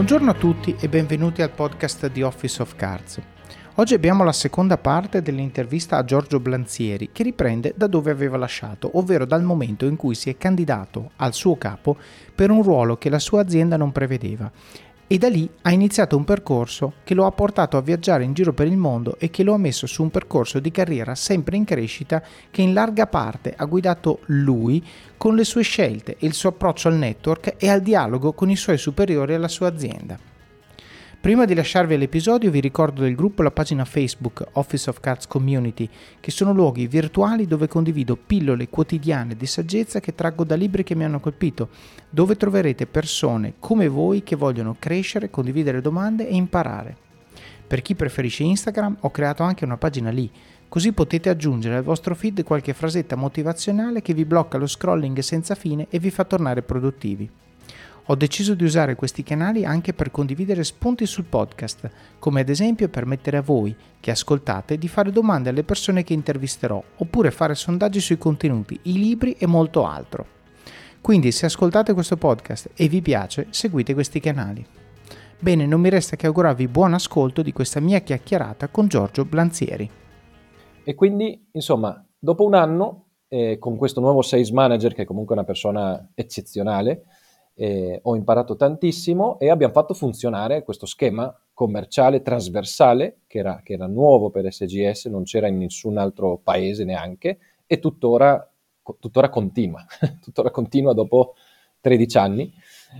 Buongiorno a tutti e benvenuti al podcast di Office of Cards. Oggi abbiamo la seconda parte dell'intervista a Giorgio Blanzieri, che riprende da dove aveva lasciato, ovvero dal momento in cui si è candidato al suo capo per un ruolo che la sua azienda non prevedeva. E da lì ha iniziato un percorso che lo ha portato a viaggiare in giro per il mondo e che lo ha messo su un percorso di carriera sempre in crescita che in larga parte ha guidato lui con le sue scelte e il suo approccio al network e al dialogo con i suoi superiori alla sua azienda. Prima di lasciarvi all'episodio vi ricordo del gruppo e la pagina Facebook Office of Cards Community, che sono luoghi virtuali dove condivido pillole quotidiane di saggezza che traggo da libri che mi hanno colpito, dove troverete persone come voi che vogliono crescere, condividere domande e imparare. Per chi preferisce Instagram ho creato anche una pagina lì, così potete aggiungere al vostro feed qualche frasetta motivazionale che vi blocca lo scrolling senza fine e vi fa tornare produttivi. Ho deciso di usare questi canali anche per condividere spunti sul podcast, come ad esempio permettere a voi, che ascoltate, di fare domande alle persone che intervisterò, oppure fare sondaggi sui contenuti, i libri e molto altro. Quindi se ascoltate questo podcast e vi piace, seguite questi canali. Bene, non mi resta che augurarvi buon ascolto di questa mia chiacchierata con Giorgio Blanzieri. E quindi, insomma, dopo un anno, con questo nuovo sales manager, che è comunque una persona eccezionale, ho imparato tantissimo e abbiamo fatto funzionare questo schema commerciale trasversale che era nuovo per SGS, non c'era in nessun altro paese neanche, e tuttora continua, tuttora continua dopo 13 anni.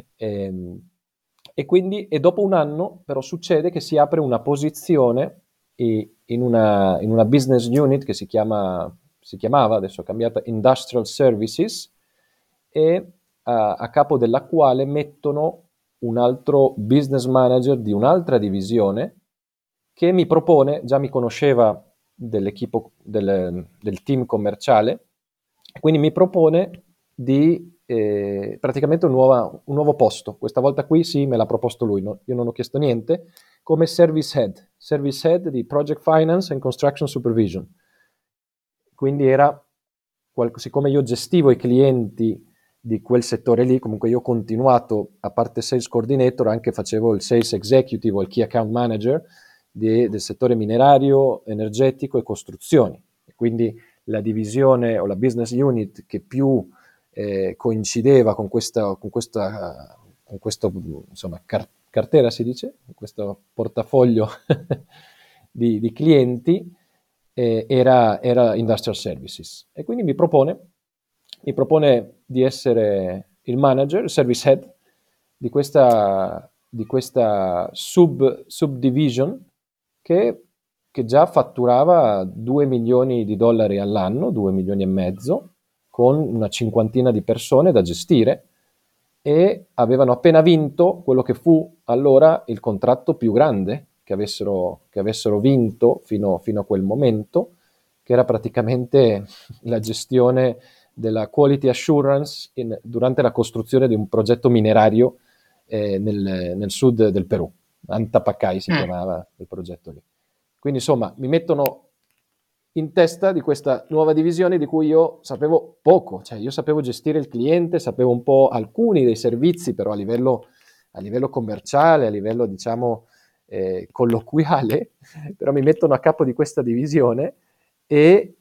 E quindi dopo un anno però succede che si apre una posizione in una business unit che si chiamava, adesso è cambiata, Industrial Services, e a capo della quale mettono un altro business manager di un'altra divisione che mi propone, già mi conosceva dell'equipo del team commerciale, quindi mi propone di praticamente un nuovo posto. Questa volta qui sì, me l'ha proposto lui, no? Io non ho chiesto niente, come service head di Project Finance and Construction Supervision. Quindi siccome io gestivo i clienti di quel settore lì, comunque io ho continuato, a parte sales coordinator, anche facevo il sales executive o il key account manager del settore minerario, energetico e costruzioni. E quindi la divisione o la business unit che più coincideva con questo insomma, cartera, si dice, con questo portafoglio di clienti, era Industrial Services. E quindi mi propone di essere il manager, il service head di questa subdivision che già fatturava $2 milioni all'anno, 2 milioni e mezzo, con una cinquantina di persone da gestire, e avevano appena vinto quello che fu allora il contratto più grande che avessero vinto fino a quel momento, che era praticamente la gestione della quality assurance durante la costruzione di un progetto minerario nel sud del Perù. Antapacay si chiamava il progetto lì. Quindi insomma mi mettono in testa di questa nuova divisione di cui io sapevo poco, cioè io sapevo gestire il cliente, sapevo un po' alcuni dei servizi, però a livello commerciale, a livello diciamo colloquiale, però mi mettono a capo di questa divisione e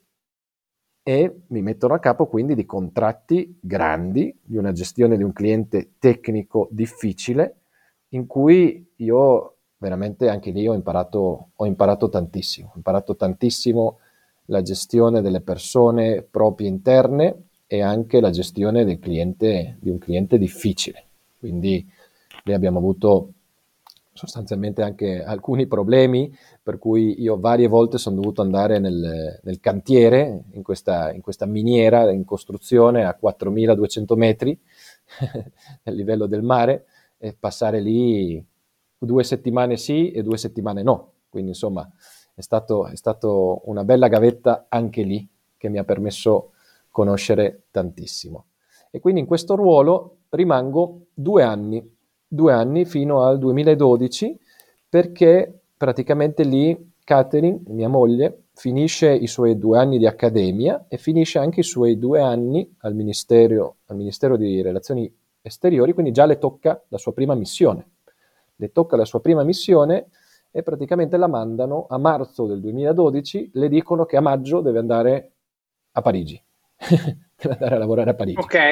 mi mettono a capo quindi di contratti grandi, di una gestione di un cliente tecnico difficile, in cui io veramente anche lì ho imparato tantissimo la gestione delle persone proprie interne e anche la gestione di un cliente difficile. Quindi lì abbiamo avuto sostanzialmente anche alcuni problemi, per cui io varie volte sono dovuto andare nel cantiere, in questa miniera in costruzione a 4.200 metri nel livello del mare, e passare lì 2 settimane sì e 2 settimane no. Quindi insomma è stato una bella gavetta anche lì, che mi ha permesso conoscere tantissimo. E quindi in questo ruolo rimango 2 anni fino al 2012, perché praticamente lì Catherine, mia moglie, finisce i suoi 2 anni di accademia e finisce anche i suoi 2 anni al Ministero di Relazioni Esteriori, quindi già le tocca la sua prima missione. le tocca la sua prima missione e praticamente la mandano a marzo del 2012, le dicono che a maggio deve andare a Parigi, deve andare a lavorare a Parigi. Ok.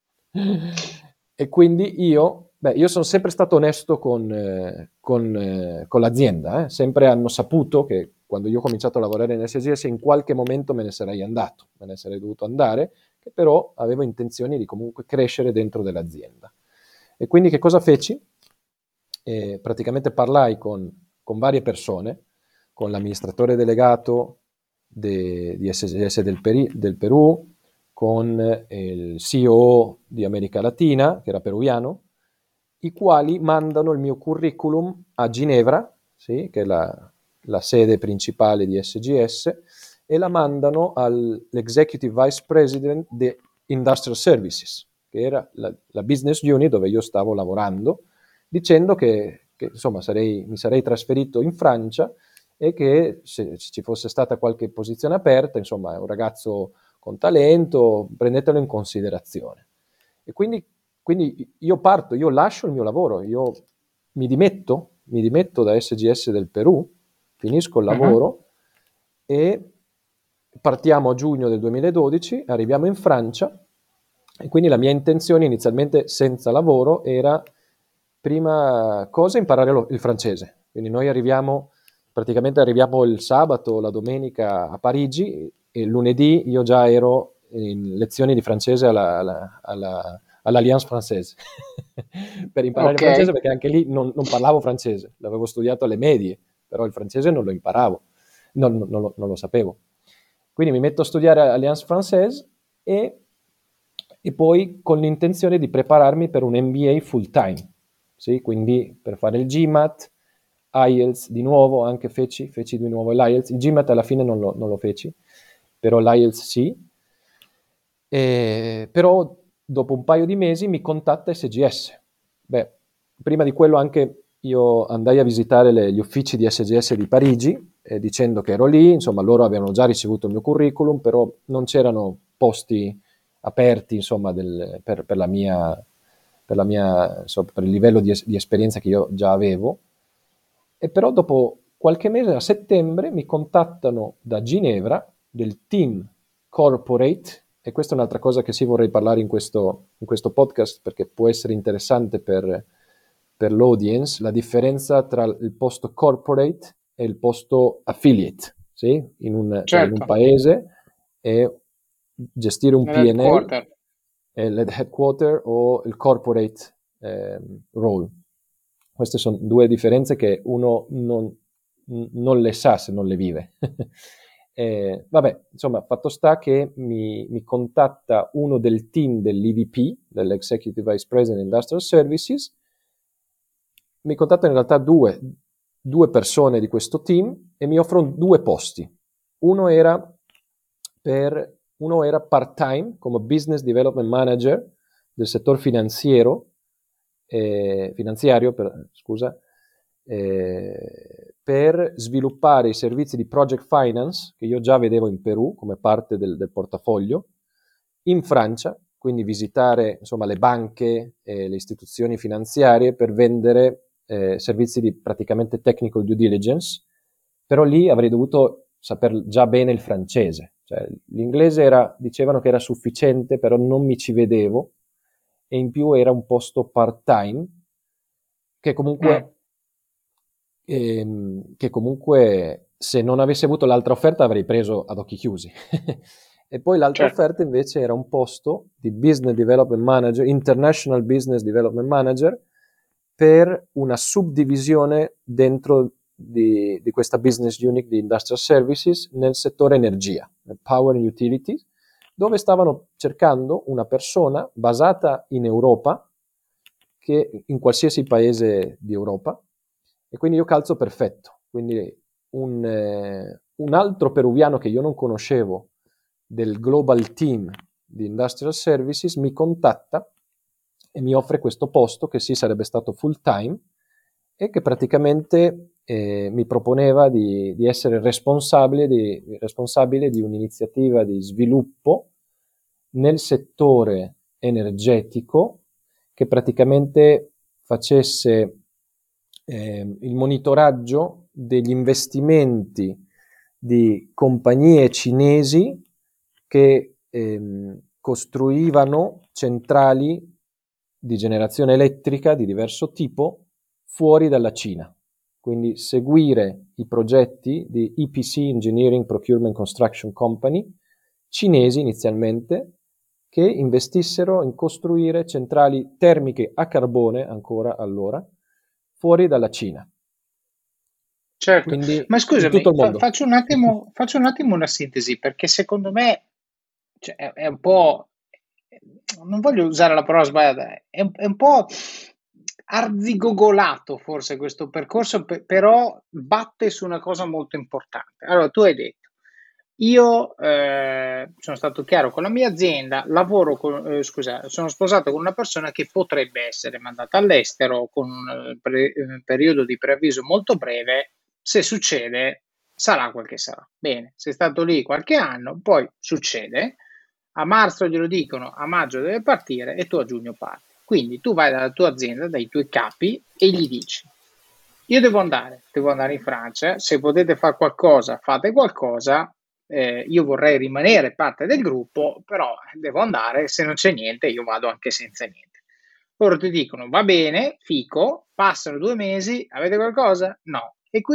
E quindi io sono sempre stato onesto con l'azienda, sempre hanno saputo che quando io ho cominciato a lavorare in SGS in qualche momento me ne sarei andato, me ne sarei dovuto andare, che però avevo intenzioni di comunque crescere dentro dell'azienda. E quindi che cosa feci? Praticamente parlai con varie persone, con l'amministratore delegato di SGS del Perù, con il CEO di America Latina, che era peruviano, i quali mandano il mio curriculum a Ginevra, sì, che è la sede principale di SGS, e la mandano all'Executive Vice President di Industrial Services, che era la business unit dove io stavo lavorando, dicendo che insomma mi sarei trasferito in Francia e che se ci fosse stata qualche posizione aperta, insomma è un ragazzo con talento, prendetelo in considerazione. E quindi io parto, io lascio il mio lavoro, io mi dimetto da SGS del Perù, finisco il lavoro e partiamo a giugno del 2012, arriviamo in Francia e quindi la mia intenzione inizialmente senza lavoro era prima cosa imparare il francese. Quindi noi praticamente arriviamo il sabato, la domenica a Parigi e il lunedì io già ero in lezioni di francese all'Alliance Française per imparare il francese, perché anche lì non parlavo francese, l'avevo studiato alle medie, però il francese non lo imparavo, non lo sapevo. Quindi mi metto a studiare Alliance Française e poi con l'intenzione di prepararmi per un MBA full time, sì? Quindi per fare il GMAT, IELTS di nuovo, anche feci di nuovo l'IELTS, il GMAT alla fine non lo feci, però l'IELTS sì. Però dopo un paio di mesi mi contatta SGS. Prima di quello anche io andai a visitare gli uffici di SGS di Parigi, dicendo che ero lì, insomma loro avevano già ricevuto il mio curriculum, però non c'erano posti aperti, insomma, per il livello di esperienza che io già avevo. E però dopo qualche mese, a settembre, mi contattano da Ginevra, del team corporate, e questa è un'altra cosa che sì vorrei parlare in questo podcast, perché può essere interessante per l'audience, la differenza tra il posto corporate e il posto affiliate, sì? Cioè in un paese e gestire un P&L, l'headquarter o il corporate role. Queste sono due differenze che uno non le sa se non le vive. Insomma, fatto sta che mi contatta uno del team dell'EVP, dell'Executive Vice President Industrial Services, mi contattano in realtà due persone di questo team e mi offrono due posti. Uno era part-time come Business Development Manager del settore finanziario, per sviluppare i servizi di project finance che io già vedevo in Perù come parte del portafoglio, in Francia, quindi visitare insomma le banche e le istituzioni finanziarie per vendere servizi di praticamente technical due diligence, però lì avrei dovuto saper già bene il francese, cioè l'inglese dicevano che era sufficiente, però non mi ci vedevo, e in più era un posto part-time che comunque se non avessi avuto l'altra offerta avrei preso ad occhi chiusi. E poi l'altra offerta invece era un posto di Business Development Manager, International Business Development Manager, per una subdivisione dentro di questa business unit di Industrial Services nel settore energia, nel Power and Utilities, dove stavano cercando una persona basata in Europa, che in qualsiasi paese di Europa, e quindi io calzo perfetto. Quindi un altro peruviano che io non conoscevo del Global Team di Industrial Services mi contatta e mi offre questo posto che sì sarebbe stato full time e che praticamente mi proponeva di essere responsabile di un'iniziativa di sviluppo nel settore energetico che praticamente facesse il monitoraggio degli investimenti di compagnie cinesi che costruivano centrali di generazione elettrica di diverso tipo fuori dalla Cina. Quindi seguire i progetti di EPC, Engineering Procurement Construction Company, cinesi inizialmente, che investissero in costruire centrali termiche a carbone, ancora allora, fuori dalla Cina. Certo, Quindi ma in tutto scusami, il mondo. faccio un attimo una sintesi, perché secondo me cioè, è un po', non voglio usare la parola sbagliata, è un po' arzigogolato forse questo percorso, però batte su una cosa molto importante. Allora, tu hai detto, io sono stato chiaro con la mia azienda, scusa, sono sposato con una persona che potrebbe essere mandata all'estero con un periodo di preavviso molto breve. Se succede, sarà quel che sarà. Bene, sei stato lì qualche anno, poi succede, a marzo glielo dicono, a maggio deve partire e tu a giugno parti. Quindi tu vai dalla tua azienda, dai tuoi capi e gli dici, io devo andare in Francia, se potete fare qualcosa, fate qualcosa, io vorrei rimanere parte del gruppo, però devo andare, se non c'è niente io vado anche senza niente. Loro ti dicono, va bene, fico, passano 2 mesi, avete qualcosa? No.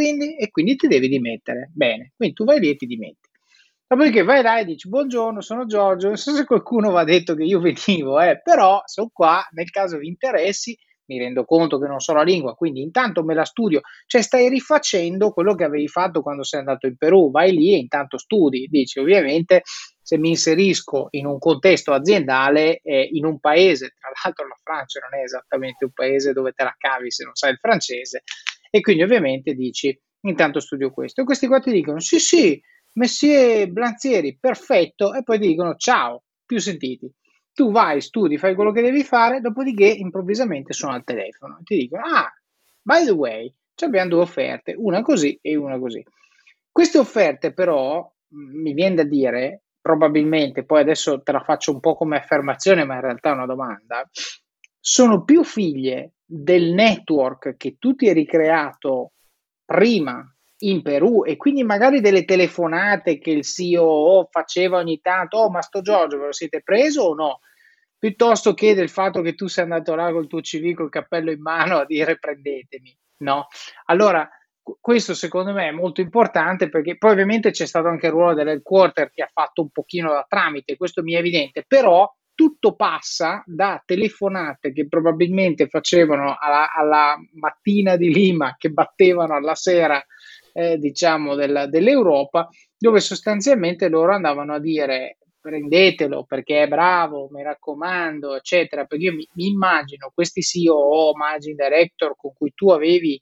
E quindi ti devi dimettere. Bene, quindi tu vai lì e ti dimetti. Dopodiché vai là e dici, buongiorno, sono Giorgio, non so se qualcuno va detto che io venivo, però sono qua, nel caso vi interessi, mi rendo conto che non so la lingua, quindi intanto me la studio, cioè stai rifacendo quello che avevi fatto quando sei andato in Perù, vai lì e intanto studi, dici ovviamente se mi inserisco in un contesto aziendale, in un paese, tra l'altro la Francia non è esattamente un paese dove te la cavi se non sai il francese, e quindi ovviamente dici intanto studio questo, e questi qua ti dicono sì sì, Messie Blanzieri, perfetto, e poi ti dicono ciao, più sentiti. Tu vai, studi, fai quello che devi fare, dopodiché improvvisamente sono al telefono e ti dicono: Ah, by the way, abbiamo 2 offerte, una così e una così. Queste offerte, però, mi viene da dire, probabilmente, poi adesso te la faccio un po' come affermazione, ma in realtà è una domanda, sono più figlie del network che tu ti eri creato prima in Perù e quindi magari delle telefonate che il CEO faceva ogni tanto, oh ma sto Giorgio ve lo siete preso o no? Piuttosto che del fatto che tu sei andato là col tuo CV, col cappello in mano a dire prendetemi, no? Allora, questo secondo me è molto importante perché poi ovviamente c'è stato anche il ruolo dell'headquarter che ha fatto un pochino da tramite, questo mi è evidente, però tutto passa da telefonate che probabilmente facevano alla mattina di Lima, che battevano alla sera, diciamo, dell'Europa, dove sostanzialmente loro andavano a dire prendetelo perché è bravo, mi raccomando, eccetera. Perché io mi immagino questi CEO, managing director con cui tu avevi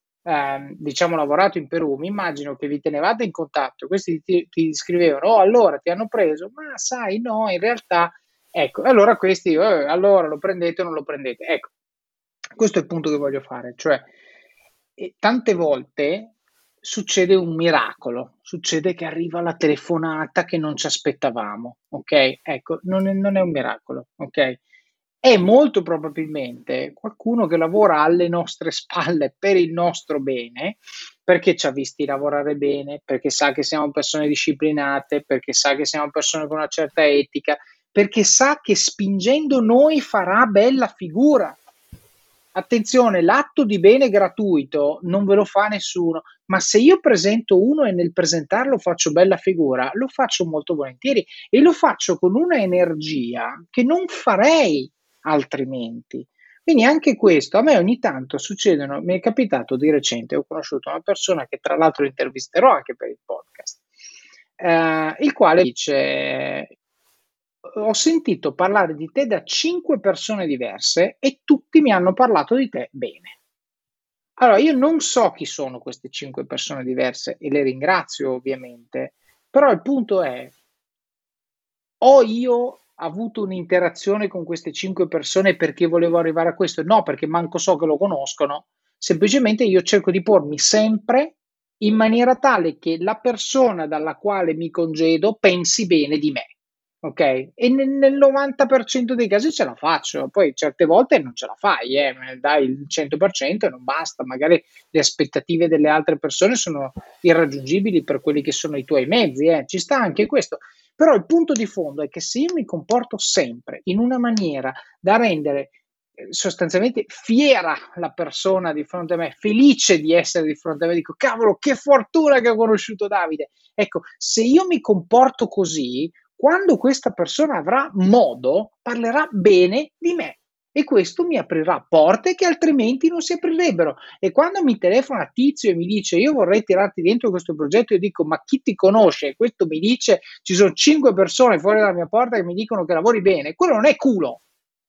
diciamo lavorato in Perù, mi immagino che vi tenevate in contatto, questi ti scrivevano, oh allora ti hanno preso, ma sai no, in realtà, ecco, allora questi, allora lo prendete o non lo prendete, ecco, questo è il punto che voglio fare, cioè tante volte succede un miracolo, succede che arriva la telefonata che non ci aspettavamo, ok? Ecco, non è un miracolo, ok? È molto probabilmente qualcuno che lavora alle nostre spalle per il nostro bene, perché ci ha visti lavorare bene, perché sa che siamo persone disciplinate, perché sa che siamo persone con una certa etica, perché sa che spingendo noi farà bella figura. Attenzione, l'atto di bene gratuito non ve lo fa nessuno, ma se io presento uno e nel presentarlo faccio bella figura, lo faccio molto volentieri e lo faccio con una energia che non farei altrimenti. Quindi anche questo, a me ogni tanto succedono, mi è capitato di recente, ho conosciuto una persona che tra l'altro intervisterò anche per il podcast, il quale dice, ho sentito parlare di te da 5 persone diverse e tutti mi hanno parlato di te bene. Allora, io non so chi sono queste 5 persone diverse e le ringrazio ovviamente, però il punto è, ho io avuto un'interazione con queste 5 persone perché volevo arrivare a questo? No, perché manco so che lo conoscono, semplicemente io cerco di pormi sempre in maniera tale che la persona dalla quale mi congedo pensi bene di me. ok? E nel 90% dei casi ce la faccio, poi certe volte non ce la fai, me dai il 100% e non basta, magari le aspettative delle altre persone sono irraggiungibili per quelli che sono i tuoi mezzi, ci sta anche questo. Però il punto di fondo è che se io mi comporto sempre in una maniera da rendere sostanzialmente fiera la persona di fronte a me, felice di essere di fronte a me, dico cavolo che fortuna che ho conosciuto Davide. Ecco, se io mi comporto così, quando questa persona avrà modo, parlerà bene di me e questo mi aprirà porte che altrimenti non si aprirebbero. E quando mi telefona Tizio e mi dice io vorrei tirarti dentro questo progetto, io dico ma chi ti conosce? Questo mi dice ci sono 5 persone fuori dalla mia porta che mi dicono che lavori bene, quello non è culo.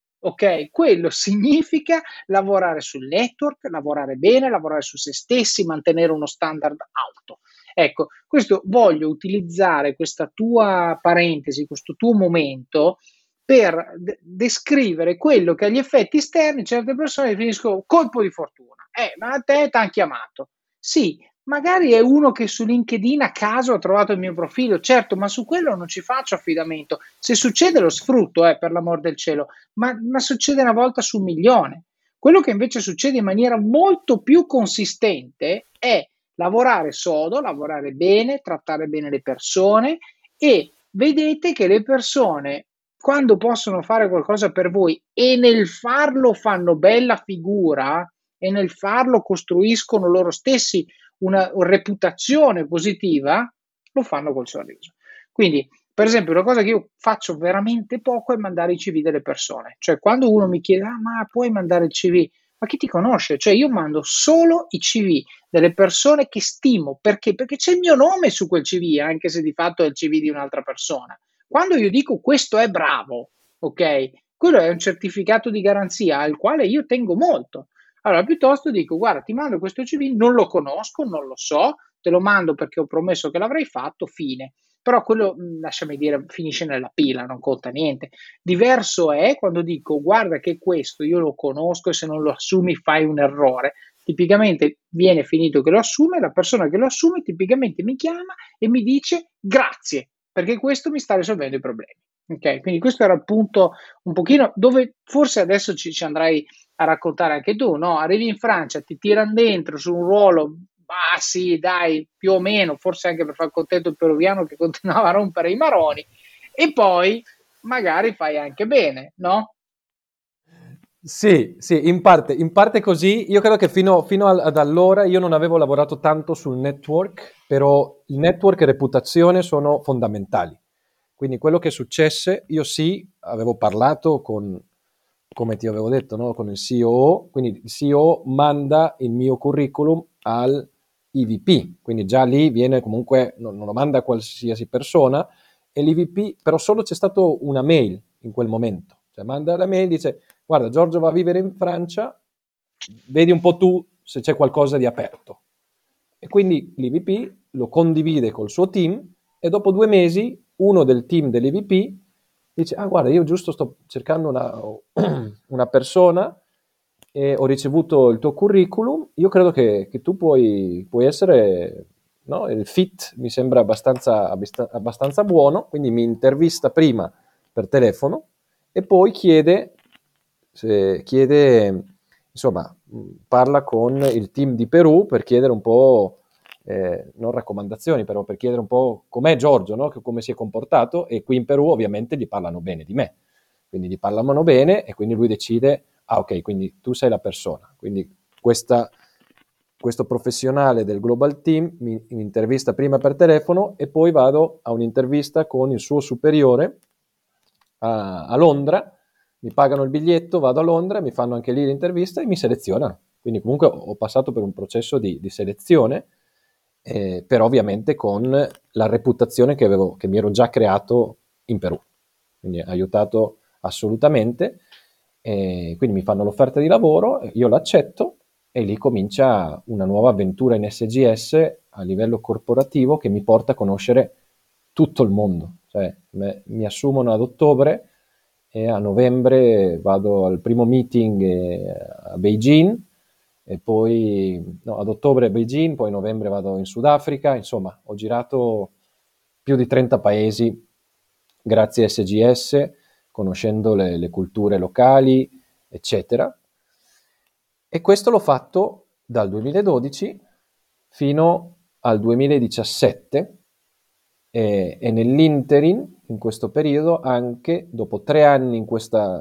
Ok, quello significa lavorare sul network, lavorare bene, lavorare su se stessi, mantenere uno standard alto. Ecco, questo voglio utilizzare questa tua parentesi, questo tuo momento per descrivere quello che agli effetti esterni certe persone definiscono colpo di fortuna. Ma a te ti hanno chiamato. Sì, magari è uno che su LinkedIn a caso ha trovato il mio profilo, certo, ma su quello non ci faccio affidamento. Se succede lo sfrutto, per l'amor del cielo, ma succede una volta su 1.000.000. Quello che invece succede in maniera molto più consistente è lavorare sodo, lavorare bene, trattare bene le persone e vedete che le persone quando possono fare qualcosa per voi e nel farlo fanno bella figura e nel farlo costruiscono loro stessi una reputazione positiva, lo fanno col sorriso. Quindi, per esempio, una cosa che io faccio veramente poco è mandare i CV delle persone. Cioè, quando uno mi chiede, ma puoi mandare il CV? Ma chi ti conosce? Cioè, io mando solo i CV delle persone che stimo. Perché? Perché c'è il mio nome su quel CV, anche se di fatto è il CV di un'altra persona. Quando io dico questo è bravo, ok? Quello è un certificato di garanzia al quale io tengo molto. Allora, piuttosto dico, guarda, ti mando questo CV, non lo conosco, non lo so, te lo mando perché ho promesso che l'avrei fatto, fine. Però quello, lasciami dire, finisce nella pila, non conta niente. Diverso è quando dico, guarda che questo io lo conosco e se non lo assumi fai un errore. Tipicamente viene finito che lo assume, la persona che lo assume tipicamente mi chiama e mi dice grazie, perché questo mi sta risolvendo i problemi. Ok, quindi questo era il punto un pochino dove forse adesso ci andrai a raccontare anche tu, no? Arrivi in Francia, ti tirano dentro su un ruolo, ah sì, dai, più o meno, forse anche per far contento il peruviano che continuava a rompere i maroni, e poi magari fai anche bene, no? Sì, sì, in parte così. Io credo che fino ad allora io non avevo lavorato tanto sul network, però il network e reputazione sono fondamentali. Quindi quello che successe, io sì, avevo parlato con, come ti avevo detto, no? Con il CEO, quindi il CEO manda il mio curriculum al IVP, quindi già lì viene comunque, non lo manda a qualsiasi persona, e l'IVP, però solo c'è stato una mail in quel momento, cioè manda la mail, dice guarda Giorgio va a vivere in Francia, vedi un po' tu se c'è qualcosa di aperto. E quindi l'IVP lo condivide col suo team e dopo 2 mesi uno del team dell'IVP dice ah guarda io giusto sto cercando una persona e ho ricevuto il tuo curriculum, io credo che tu puoi essere, no? Il fit mi sembra abbastanza buono, quindi mi intervista prima per telefono e poi chiede, insomma, parla con il team di Perù per chiedere un po', non raccomandazioni, però per chiedere un po' com'è Giorgio, no? Come si è comportato, e qui in Perù ovviamente gli parlano bene di me, quindi gli parlavano bene e quindi lui decide, ah ok, quindi tu sei la persona, quindi questo professionale del Global Team mi intervista prima per telefono e poi vado a un'intervista con il suo superiore a Londra, mi pagano il biglietto, vado a Londra, mi fanno anche lì l'intervista e mi selezionano. Quindi comunque ho passato per un processo di selezione, però ovviamente con la reputazione che mi ero già creato in Perù. Quindi ha aiutato assolutamente. Quindi mi fanno l'offerta di lavoro, io l'accetto e lì comincia una nuova avventura in SGS a livello corporativo che mi porta a conoscere tutto il mondo. Cioè, mi assumono ad ottobre e a novembre vado al primo meeting a Beijing e poi no, ad ottobre a Beijing, poi a novembre vado in Sudafrica, insomma ho girato più di 30 paesi grazie a SGS, conoscendo le culture locali, eccetera. E questo l'ho fatto dal 2012 fino al 2017 e nell'interim, in questo periodo, anche dopo 3 anni in questa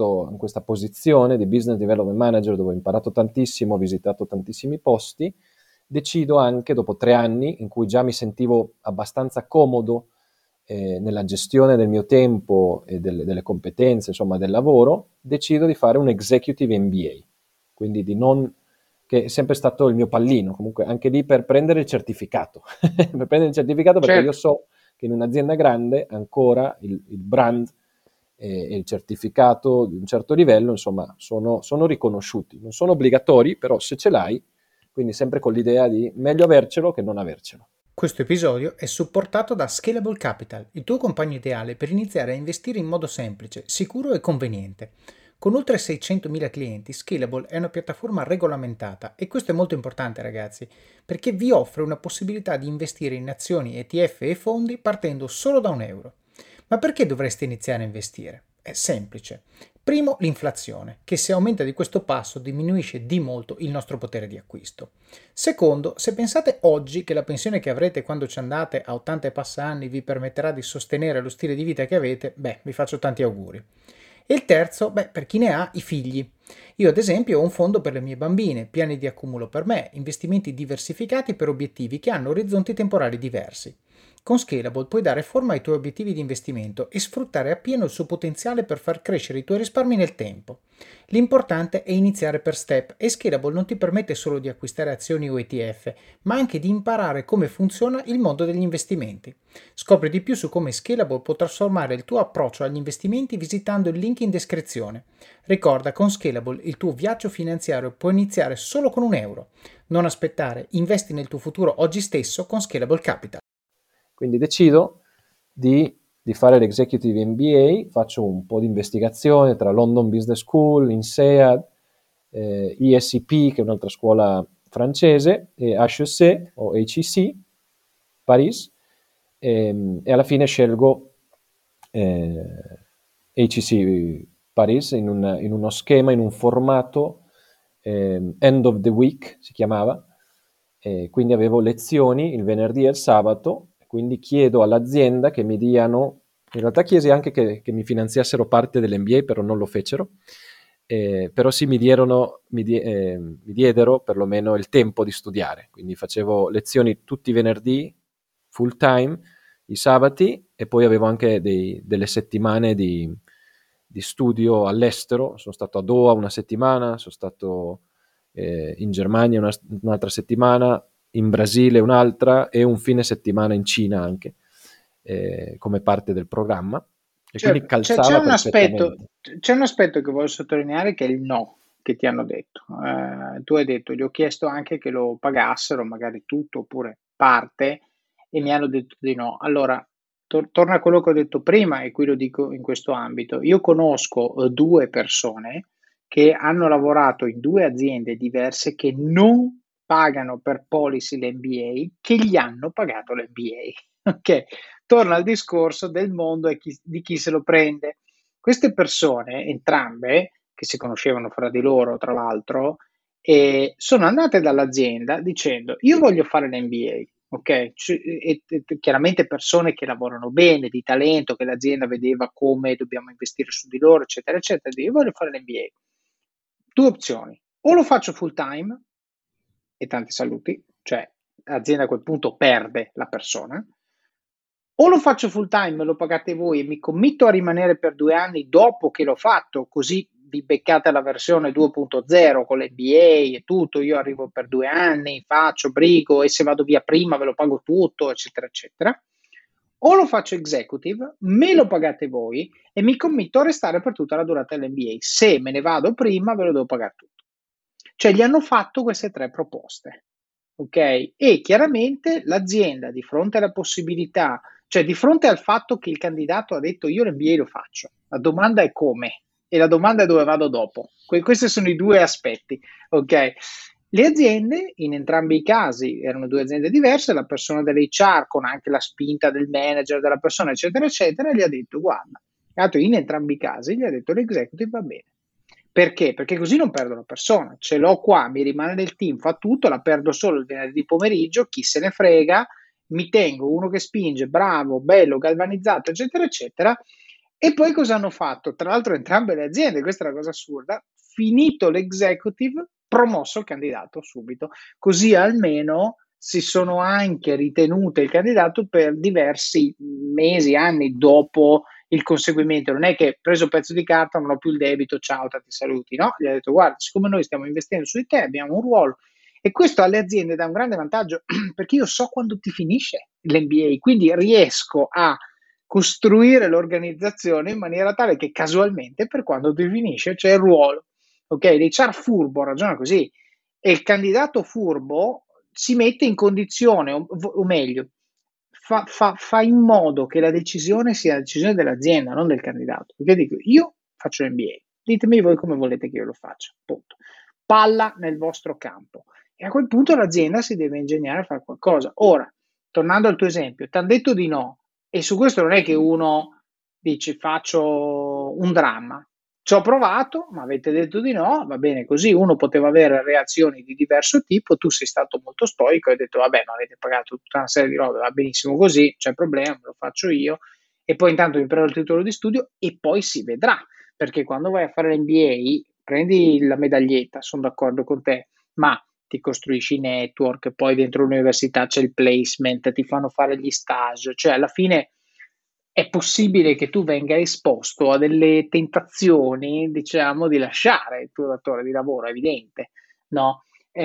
posizione di Business Development Manager, dove ho imparato tantissimo, ho visitato tantissimi posti, decido anche, dopo 3 anni, in cui già mi sentivo abbastanza comodo nella gestione del mio tempo e delle competenze, insomma, del lavoro, decido di fare un Executive MBA, quindi che è sempre stato il mio pallino, comunque anche lì per prendere il certificato, per prendere il certificato perché io Certo. so che in un'azienda grande ancora il brand e il certificato di un certo livello, insomma, sono riconosciuti, non sono obbligatori, però se ce l'hai, quindi sempre con l'idea di meglio avercelo che non avercelo. Questo episodio è supportato da Scalable Capital, il tuo compagno ideale per iniziare a investire in modo semplice, sicuro e conveniente. Con oltre 600.000 clienti, Scalable è una piattaforma regolamentata e questo è molto importante, ragazzi, perché vi offre una possibilità di investire in azioni, ETF e fondi partendo solo da €1. Ma perché dovreste iniziare a investire? È semplice. Primo, l'inflazione, che se aumenta di questo passo diminuisce di molto il nostro potere di acquisto. Secondo, se pensate oggi che la pensione che avrete quando ci andate a 80 e passa anni vi permetterà di sostenere lo stile di vita che avete, vi faccio tanti auguri. E il terzo, per chi ne ha, i figli. Io ad esempio ho un fondo per le mie bambine, piani di accumulo per me, investimenti diversificati per obiettivi che hanno orizzonti temporali diversi. Con Scalable puoi dare forma ai tuoi obiettivi di investimento e sfruttare appieno il suo potenziale per far crescere i tuoi risparmi nel tempo. L'importante è iniziare per step e Scalable non ti permette solo di acquistare azioni o ETF, ma anche di imparare come funziona il mondo degli investimenti. Scopri di più su come Scalable può trasformare il tuo approccio agli investimenti visitando il link in descrizione. Ricorda, con Scalable il tuo viaggio finanziario può iniziare solo con €1. Non aspettare, investi nel tuo futuro oggi stesso con Scalable Capital. Quindi decido di fare l'Executive MBA, faccio un po' di investigazione tra London Business School, INSEAD, ESCP, che è un'altra scuola francese, e HEC o HEC, Paris, e alla fine scelgo HEC Paris in uno schema, in un formato end of the week, si chiamava, quindi avevo lezioni il venerdì e il sabato, quindi chiedo all'azienda che mi diano, in realtà chiesi anche che mi finanziassero parte dell'MBA, però non lo fecero, però sì mi diedero perlomeno il tempo di studiare, quindi facevo lezioni tutti i venerdì, full time, i sabati, e poi avevo anche delle settimane di studio all'estero. Sono stato a Doha una settimana, sono stato in Germania un'altra settimana, in Brasile un'altra e un fine settimana in Cina anche, come parte del programma, e quindi Certo, c'è calzava perfettamente. c'è un aspetto che voglio sottolineare che è il no che ti hanno detto. Tu hai detto, gli ho chiesto anche che lo pagassero, magari tutto oppure parte, e mi hanno detto di no. Allora, torna a quello che ho detto prima, e qui lo dico in questo ambito. Io conosco due persone che hanno lavorato in due aziende diverse che non pagano per policy l'MBA, che gli hanno pagato l'MBA. Ok? Torna al discorso del mondo e di chi se lo prende. Queste persone, entrambe, che si conoscevano fra di loro, tra l'altro, sono andate dall'azienda dicendo: io voglio fare l'MBA, ok? E chiaramente persone che lavorano bene, di talento, che l'azienda vedeva come dobbiamo investire su di loro, eccetera, eccetera. Io voglio fare l'MBA. Due opzioni: o lo faccio full time, e tanti saluti, cioè l'azienda a quel punto perde la persona, o lo faccio full time, lo pagate voi e mi committo a rimanere per 2 anni dopo che l'ho fatto, così vi beccate la versione 2.0 con l'MBA e tutto, io arrivo per 2 anni, faccio, brigo, e se vado via prima ve lo pago tutto, eccetera, eccetera. O lo faccio executive, me lo pagate voi e mi committo a restare per tutta la durata dell'MBA. Se me ne vado prima ve lo devo pagare tutto. Cioè gli hanno fatto queste tre proposte, ok? E chiaramente l'azienda, di fronte alla possibilità, cioè di fronte al fatto che il candidato ha detto io l'MBA lo faccio, la domanda è come, e la domanda è dove vado dopo. Questi sono i due aspetti, ok? Le aziende, in entrambi i casi, erano due aziende diverse, la persona dell'HR con anche la spinta del manager, della persona, eccetera, eccetera, gli ha detto, guarda, in entrambi i casi, gli ha detto l'executive va bene. Perché? Perché così non perdo la persona, ce l'ho qua, mi rimane nel team, fa tutto, la perdo solo il venerdì pomeriggio, chi se ne frega, mi tengo uno che spinge, bravo, bello, galvanizzato, eccetera, eccetera. E poi cosa hanno fatto? Tra l'altro entrambe le aziende, questa è la cosa assurda, finito l'executive, promosso il candidato subito, così almeno si sono anche ritenute il candidato per diversi mesi, anni dopo il conseguimento. Non è che preso pezzo di carta, non ho più il debito, ciao, tanti saluti, no? Gli ha detto, guarda, siccome noi stiamo investendo su di te, abbiamo un ruolo, e questo alle aziende dà un grande vantaggio perché io so quando ti finisce l'MBA, quindi riesco a costruire l'organizzazione in maniera tale che casualmente per quando ti finisce c'è il ruolo. Ok, l'HR furbo ragiona così e il candidato furbo si mette in condizione, o meglio, fa in modo che la decisione sia la decisione dell'azienda, non del candidato. Perché dico, io faccio l'MBA, ditemi voi come volete che io lo faccia, punto. Palla nel vostro campo. E a quel punto l'azienda si deve ingegnare a fare qualcosa. Ora, tornando al tuo esempio, ti hanno detto di no, e su questo non è che uno dice faccio un dramma. Ci ho provato, ma avete detto di no, va bene così. Uno poteva avere reazioni di diverso tipo, tu sei stato molto stoico e hai detto vabbè, ma avete pagato tutta una serie di robe, va benissimo così, c'è problema, me lo faccio io. E poi intanto mi prendo il titolo di studio e poi si vedrà, perché quando vai a fare l'MBA prendi la medaglietta, sono d'accordo con te, ma ti costruisci i network, poi dentro l'università c'è il placement, ti fanno fare gli stage, cioè alla fine è possibile che tu venga esposto a delle tentazioni, diciamo, di lasciare il tuo datore di lavoro, è evidente, no?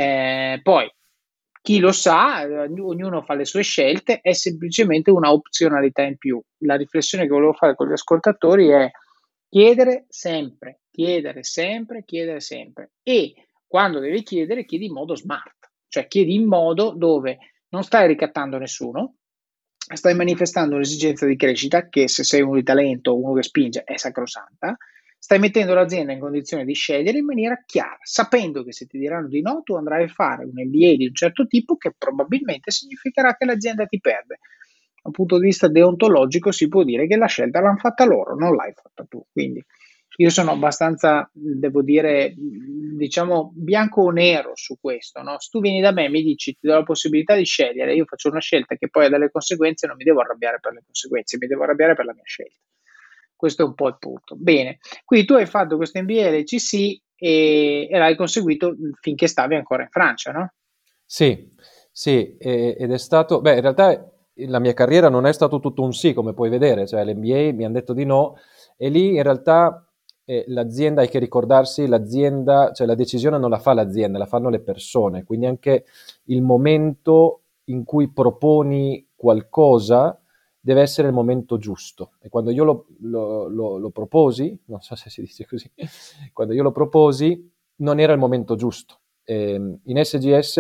Poi chi lo sa, ognuno fa le sue scelte, è semplicemente una opzionalità in più. La riflessione che volevo fare con gli ascoltatori è chiedere sempre, chiedere sempre, chiedere sempre e quando devi chiedere, chiedi in modo smart, cioè chiedi in modo dove non stai ricattando nessuno, stai manifestando un'esigenza di crescita che se sei uno di talento o uno che spinge è sacrosanta, stai mettendo l'azienda in condizione di scegliere in maniera chiara, sapendo che se ti diranno di no, tu andrai a fare un MBA di un certo tipo che probabilmente significherà che l'azienda ti perde. Dal punto di vista deontologico si può dire che la scelta l'hanno fatta loro, non l'hai fatta tu. Quindi io sono abbastanza, devo dire, diciamo, bianco o nero su questo, no? Se tu vieni da me e mi dici ti do la possibilità di scegliere, io faccio una scelta che poi ha delle conseguenze, non mi devo arrabbiare per le conseguenze, mi devo arrabbiare per la mia scelta. Questo è un po' il punto. Bene, quindi tu hai fatto questo MBA LCC e l'hai conseguito finché stavi ancora in Francia, no? Sì, sì, ed è stato, beh, in realtà la mia carriera non è stato tutto un sì, come puoi vedere, cioè l'MBA mi hanno detto di no, e lì in realtà l'azienda, hai che ricordarsi, l'azienda, cioè la decisione non la fa l'azienda, la fanno le persone, quindi anche il momento in cui proponi qualcosa deve essere il momento giusto. E quando io lo proposi, non so se si dice così, quando io lo proposi non era il momento giusto. In SGS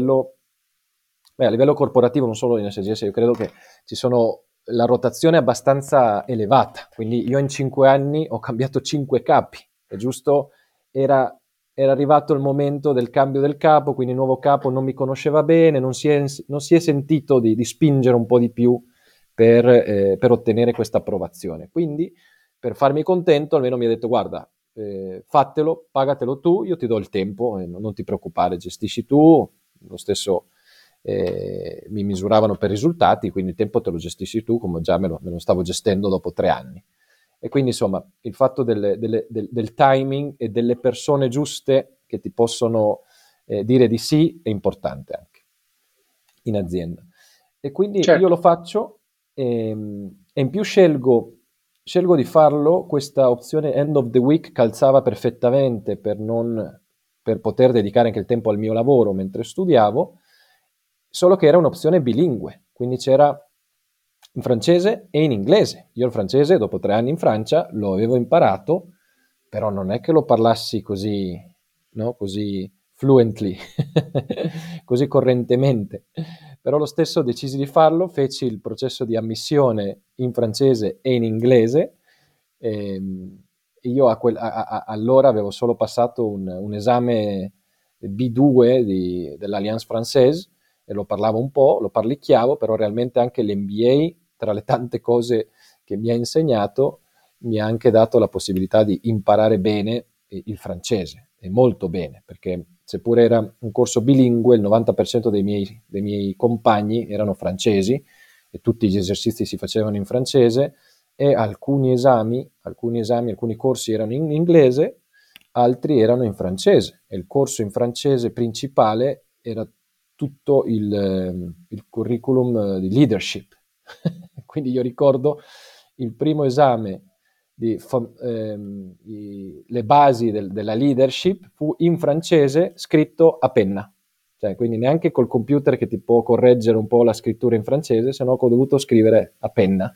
a livello corporativo, non solo in SGS, io credo che ci sono la rotazione è abbastanza elevata, quindi io in 5 anni ho cambiato 5 capi, è giusto? Era arrivato il momento del cambio del capo, quindi il nuovo capo non mi conosceva bene, non si è sentito di spingere un po' di più per ottenere questa approvazione. Quindi, per farmi contento, almeno mi ha detto, guarda, fatelo, pagatelo tu, io ti do il tempo, non ti preoccupare, gestisci tu, lo stesso mi misuravano per risultati, quindi il tempo te lo gestisci tu, come già me lo stavo gestendo dopo 3 anni. E quindi insomma il fatto del timing e delle persone giuste che ti possono dire di sì è importante anche in azienda. E quindi io Certo. lo faccio e in più scelgo di farlo, questa opzione end of the week calzava perfettamente per poter dedicare anche il tempo al mio lavoro mentre studiavo, solo che era un'opzione bilingue, quindi c'era in francese e in inglese. Io il francese, dopo 3 anni in Francia, lo avevo imparato, però non è che lo parlassi così, no? Così fluently, così correntemente. Però lo stesso decisi di farlo, feci il processo di ammissione in francese e in inglese. Io allora avevo solo passato un esame B2 dell'Alliance Française, e lo parlavo un po', lo parlicchiavo, però realmente anche l'MBA, tra le tante cose che mi ha insegnato, mi ha anche dato la possibilità di imparare bene il francese, e molto bene, perché seppur era un corso bilingue, il 90% dei miei compagni erano francesi e tutti gli esercizi si facevano in francese, e alcuni corsi erano in inglese, altri erano in francese, e il corso in francese principale era tutto il curriculum di leadership. Quindi io ricordo il primo esame le basi della leadership fu in francese, scritto a penna. Cioè, quindi neanche col computer che ti può correggere un po' la scrittura in francese, se no ho dovuto scrivere a penna.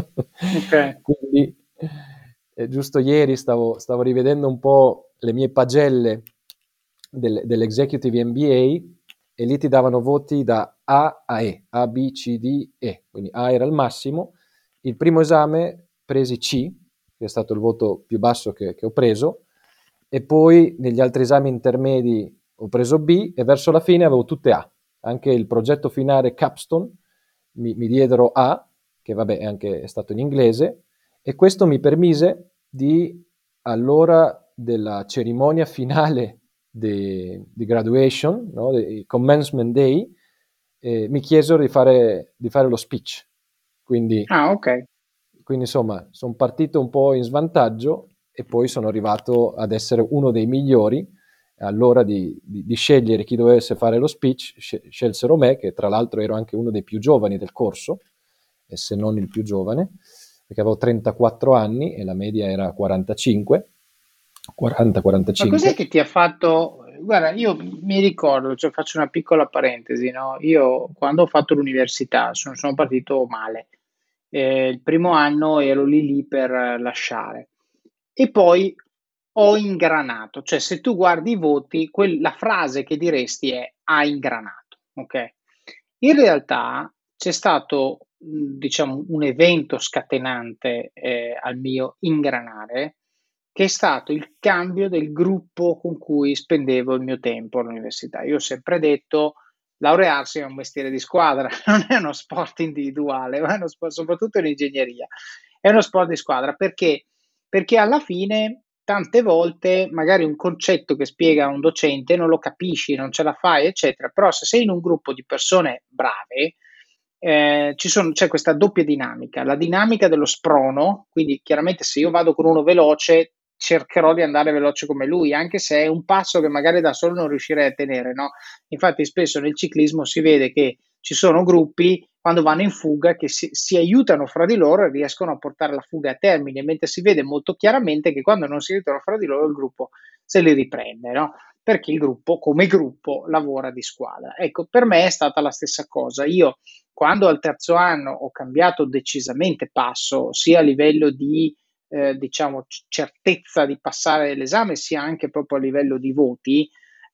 Ok. Quindi, giusto ieri stavo rivedendo un po' le mie pagelle dell'Executive MBA, e lì ti davano voti da A a E, A, B, C, D, E. Quindi A era il massimo. Il primo esame presi C, che è stato il voto più basso che ho preso, e poi negli altri esami intermedi ho preso B, e verso la fine avevo tutte A. Anche il progetto finale Capstone mi diedero A, che vabbè è stato in inglese, e questo mi permise di, all'ora della cerimonia finale di graduation, no, di commencement day, mi chiesero di fare lo speech. Quindi Ok. insomma sono partito un po' in svantaggio, e poi sono arrivato ad essere uno dei migliori. All'ora di scegliere chi dovesse fare lo speech, scelsero me, che tra l'altro ero anche uno dei più giovani del corso, e se non il più giovane, perché avevo 34 anni e la media era 45, Ma 40-45. cos'è che ti ha fatto? Guarda, io mi ricordo, cioè faccio una piccola parentesi, no? Io quando ho fatto l'università sono partito male. Il primo anno ero lì per lasciare e poi ho ingranato, cioè se tu guardi i voti, la frase che diresti è ha ingranato, ok? In realtà c'è stato, diciamo, un evento scatenante al mio ingranare, che è stato il cambio del gruppo con cui spendevo il mio tempo all'università. Io ho sempre detto, laurearsi è un mestiere di squadra, non è uno sport individuale, ma è uno sport, soprattutto in ingegneria, è uno sport di squadra. Perché? Perché alla fine, tante volte, magari un concetto che spiega un docente non lo capisci, non ce la fai, eccetera, però se sei in un gruppo di persone brave, c'è questa doppia dinamica, la dinamica dello sprono, quindi chiaramente se io vado con uno veloce cercherò di andare veloce come lui, anche se è un passo che magari da solo non riuscirei a tenere, no? Infatti spesso nel ciclismo si vede che ci sono gruppi quando vanno in fuga che si aiutano fra di loro e riescono a portare la fuga a termine, mentre si vede molto chiaramente che quando non si aiutano fra di loro il gruppo se li riprende, no? Perché il gruppo, come gruppo, lavora di squadra. Ecco, per me è stata la stessa cosa. Io, quando al terzo anno ho cambiato decisamente passo, sia a livello di diciamo certezza di passare l'esame, sia anche proprio a livello di voti,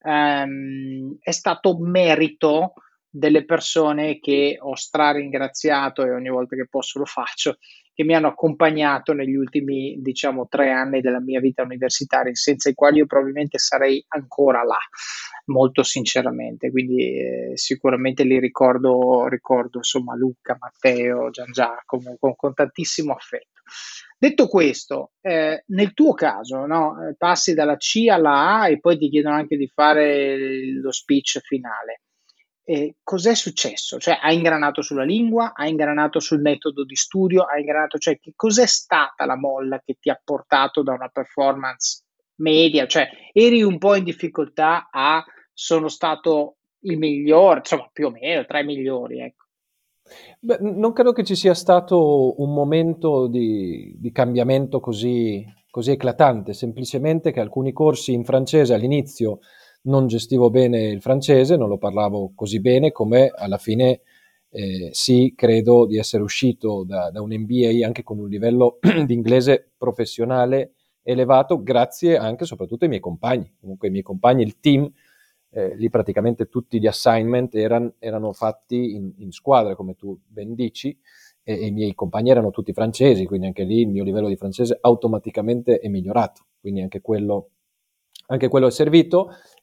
è stato merito delle persone che ho straringraziato, e ogni volta che posso lo faccio, che mi hanno accompagnato negli ultimi, diciamo, 3 anni della mia vita universitaria, senza i quali io probabilmente sarei ancora là, molto sinceramente. Quindi sicuramente li ricordo insomma Luca, Matteo, Gian Giacomo con tantissimo affetto. Detto questo, nel tuo caso, no, passi dalla C alla A e poi ti chiedono anche di fare lo speech finale. Cos'è successo? Cioè, hai ingranato sulla lingua, hai ingranato sul metodo di studio, hai ingranato, cioè, che cos'è stata la molla che ti ha portato da una performance media? Cioè, eri un po' in difficoltà a sono stato il migliore, insomma, più o meno tra i migliori, ecco. Beh, non credo che ci sia stato un momento di cambiamento così eclatante, semplicemente che alcuni corsi in francese all'inizio non gestivo bene il francese, non lo parlavo così bene, come alla fine sì, credo di essere uscito da un MBA anche con un livello di inglese professionale elevato, grazie anche e soprattutto ai miei compagni. Comunque i miei compagni, il team, lì praticamente tutti gli assignment erano fatti in squadra, come tu ben dici, e i miei compagni erano tutti francesi, quindi anche lì il mio livello di francese automaticamente è migliorato, quindi anche quello è servito.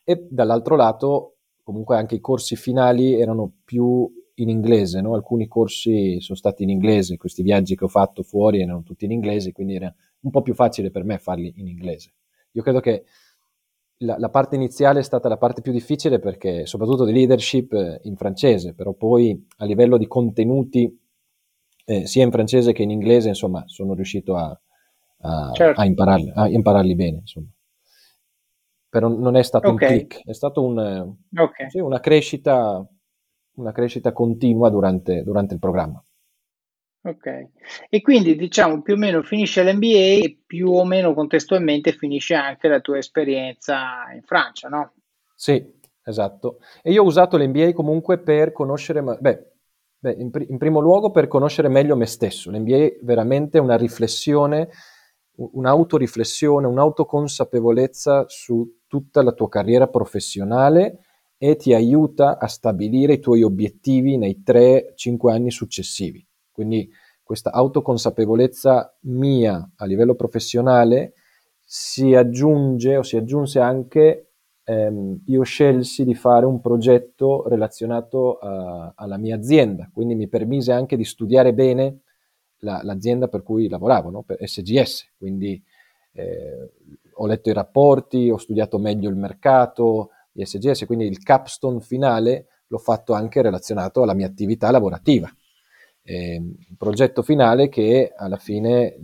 e dall'altro lato comunque anche i corsi finali erano più in inglese, no? Alcuni corsi sono stati in inglese, questi viaggi che ho fatto fuori erano tutti in inglese, quindi era un po' più facile per me farli in inglese. Io credo che la parte iniziale è stata la parte più difficile perché soprattutto di leadership in francese, però poi a livello di contenuti sia in francese che in inglese, insomma, sono riuscito Certo, a impararli bene, insomma. Però non è stato un ok, click, è stato ok. sì, una crescita continua durante il programma. Ok, e quindi diciamo più o meno finisce l'NBA e più o meno contestualmente finisce anche la tua esperienza in Francia, no? Sì, esatto. E io ho usato l'NBA comunque per conoscere, in primo luogo per conoscere meglio me stesso. L'NBA è veramente una riflessione, un'autoriflessione, un'autoconsapevolezza su tutta la tua carriera professionale e ti aiuta a stabilire i tuoi obiettivi nei 3-5 anni successivi. Quindi questa autoconsapevolezza mia a livello professionale si aggiunge o si aggiunse anche io scelsi di fare un progetto relazionato alla mia azienda, quindi mi permise anche di studiare bene l'azienda per cui lavoravo, no? Per SGS, quindi ho letto i rapporti, ho studiato meglio il mercato di SGS, quindi il capstone finale l'ho fatto anche relazionato alla mia attività lavorativa. Un progetto finale che alla fine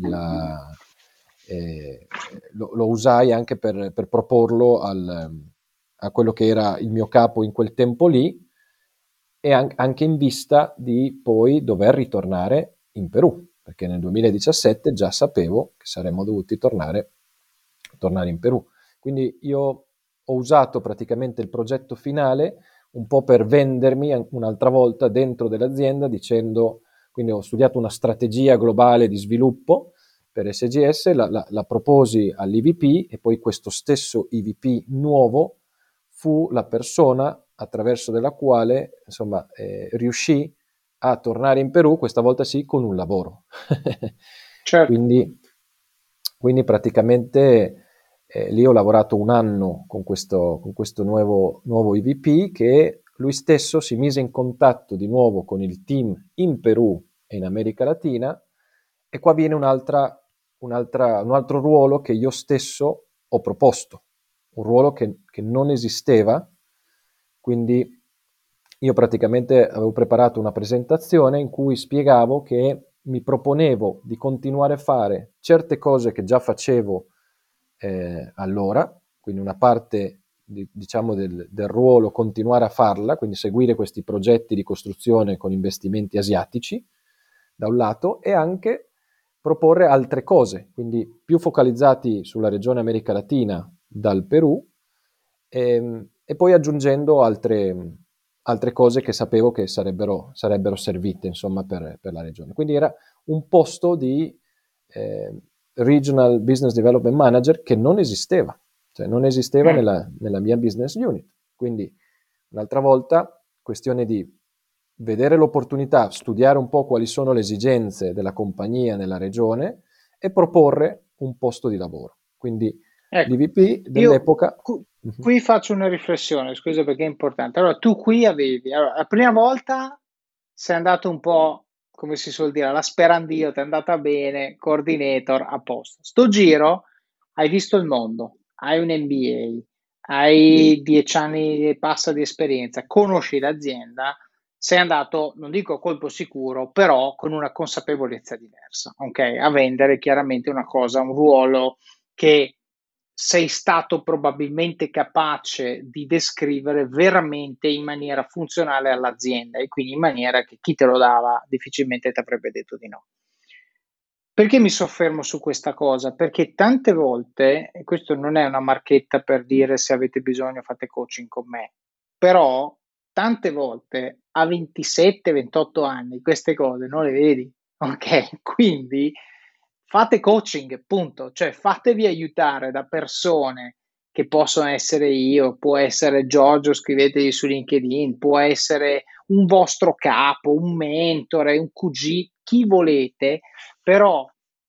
lo usai anche per proporlo a quello che era il mio capo in quel tempo lì e anche in vista di poi dover ritornare in Perù, perché nel 2017 già sapevo che saremmo dovuti tornare in Perù. Quindi io ho usato praticamente il progetto finale un po' per vendermi un'altra volta dentro dell'azienda dicendo, quindi ho studiato una strategia globale di sviluppo per SGS, la proposi all'IVP e poi questo stesso IVP nuovo fu la persona attraverso della quale insomma, riuscì a tornare in Perù, questa volta sì, con un lavoro. Certo. quindi, quindi praticamente lì ho lavorato un anno con questo nuovo IVP che lui stesso si mise in contatto di nuovo con il team in Perù e in America Latina e qua viene un altro ruolo che io stesso ho proposto, un ruolo che non esisteva, quindi io praticamente avevo preparato una presentazione in cui spiegavo che mi proponevo di continuare a fare certe cose che già facevo allora, quindi una parte diciamo del ruolo continuare a farla, quindi seguire questi progetti di costruzione con investimenti asiatici da un lato e anche proporre altre cose, quindi più focalizzati sulla regione America Latina dal Perù e poi aggiungendo altre cose che sapevo che sarebbero servite insomma per la regione. Quindi era un posto di eh, Regional Business Development Manager che non esisteva, cioè non esisteva Mm. nella mia business unit. Quindi un'altra volta questione di vedere l'opportunità, studiare un po' quali sono le esigenze della compagnia nella regione e proporre un posto di lavoro. Quindi Ecco, l'IVP io dell'epoca. Mhm. qui faccio una riflessione, scusa perché è importante. Allora, tu qui avevi, allora, la prima volta sei andato un po', come si suol dire, alla sperandio, ti è andata bene, coordinator, a posto. Sto giro hai visto il mondo, hai un MBA, hai 10 anni e passa di esperienza, conosci l'azienda, sei andato, non dico a colpo sicuro, però con una consapevolezza diversa, ok? A vendere chiaramente una cosa, un ruolo che sei stato probabilmente capace di descrivere veramente in maniera funzionale all'azienda e quindi in maniera che chi te lo dava difficilmente ti avrebbe detto di no. Perché mi soffermo su questa cosa? Perché tante volte, e questo non è una marchetta per dire se avete bisogno fate coaching con me, però tante volte a 27-28 anni queste cose non le vedi, ok? Quindi fate coaching, punto, cioè fatevi aiutare da persone che possono essere io, può essere Giorgio, scrivetegli su LinkedIn, può essere un vostro capo, un mentore, un QG, chi volete, però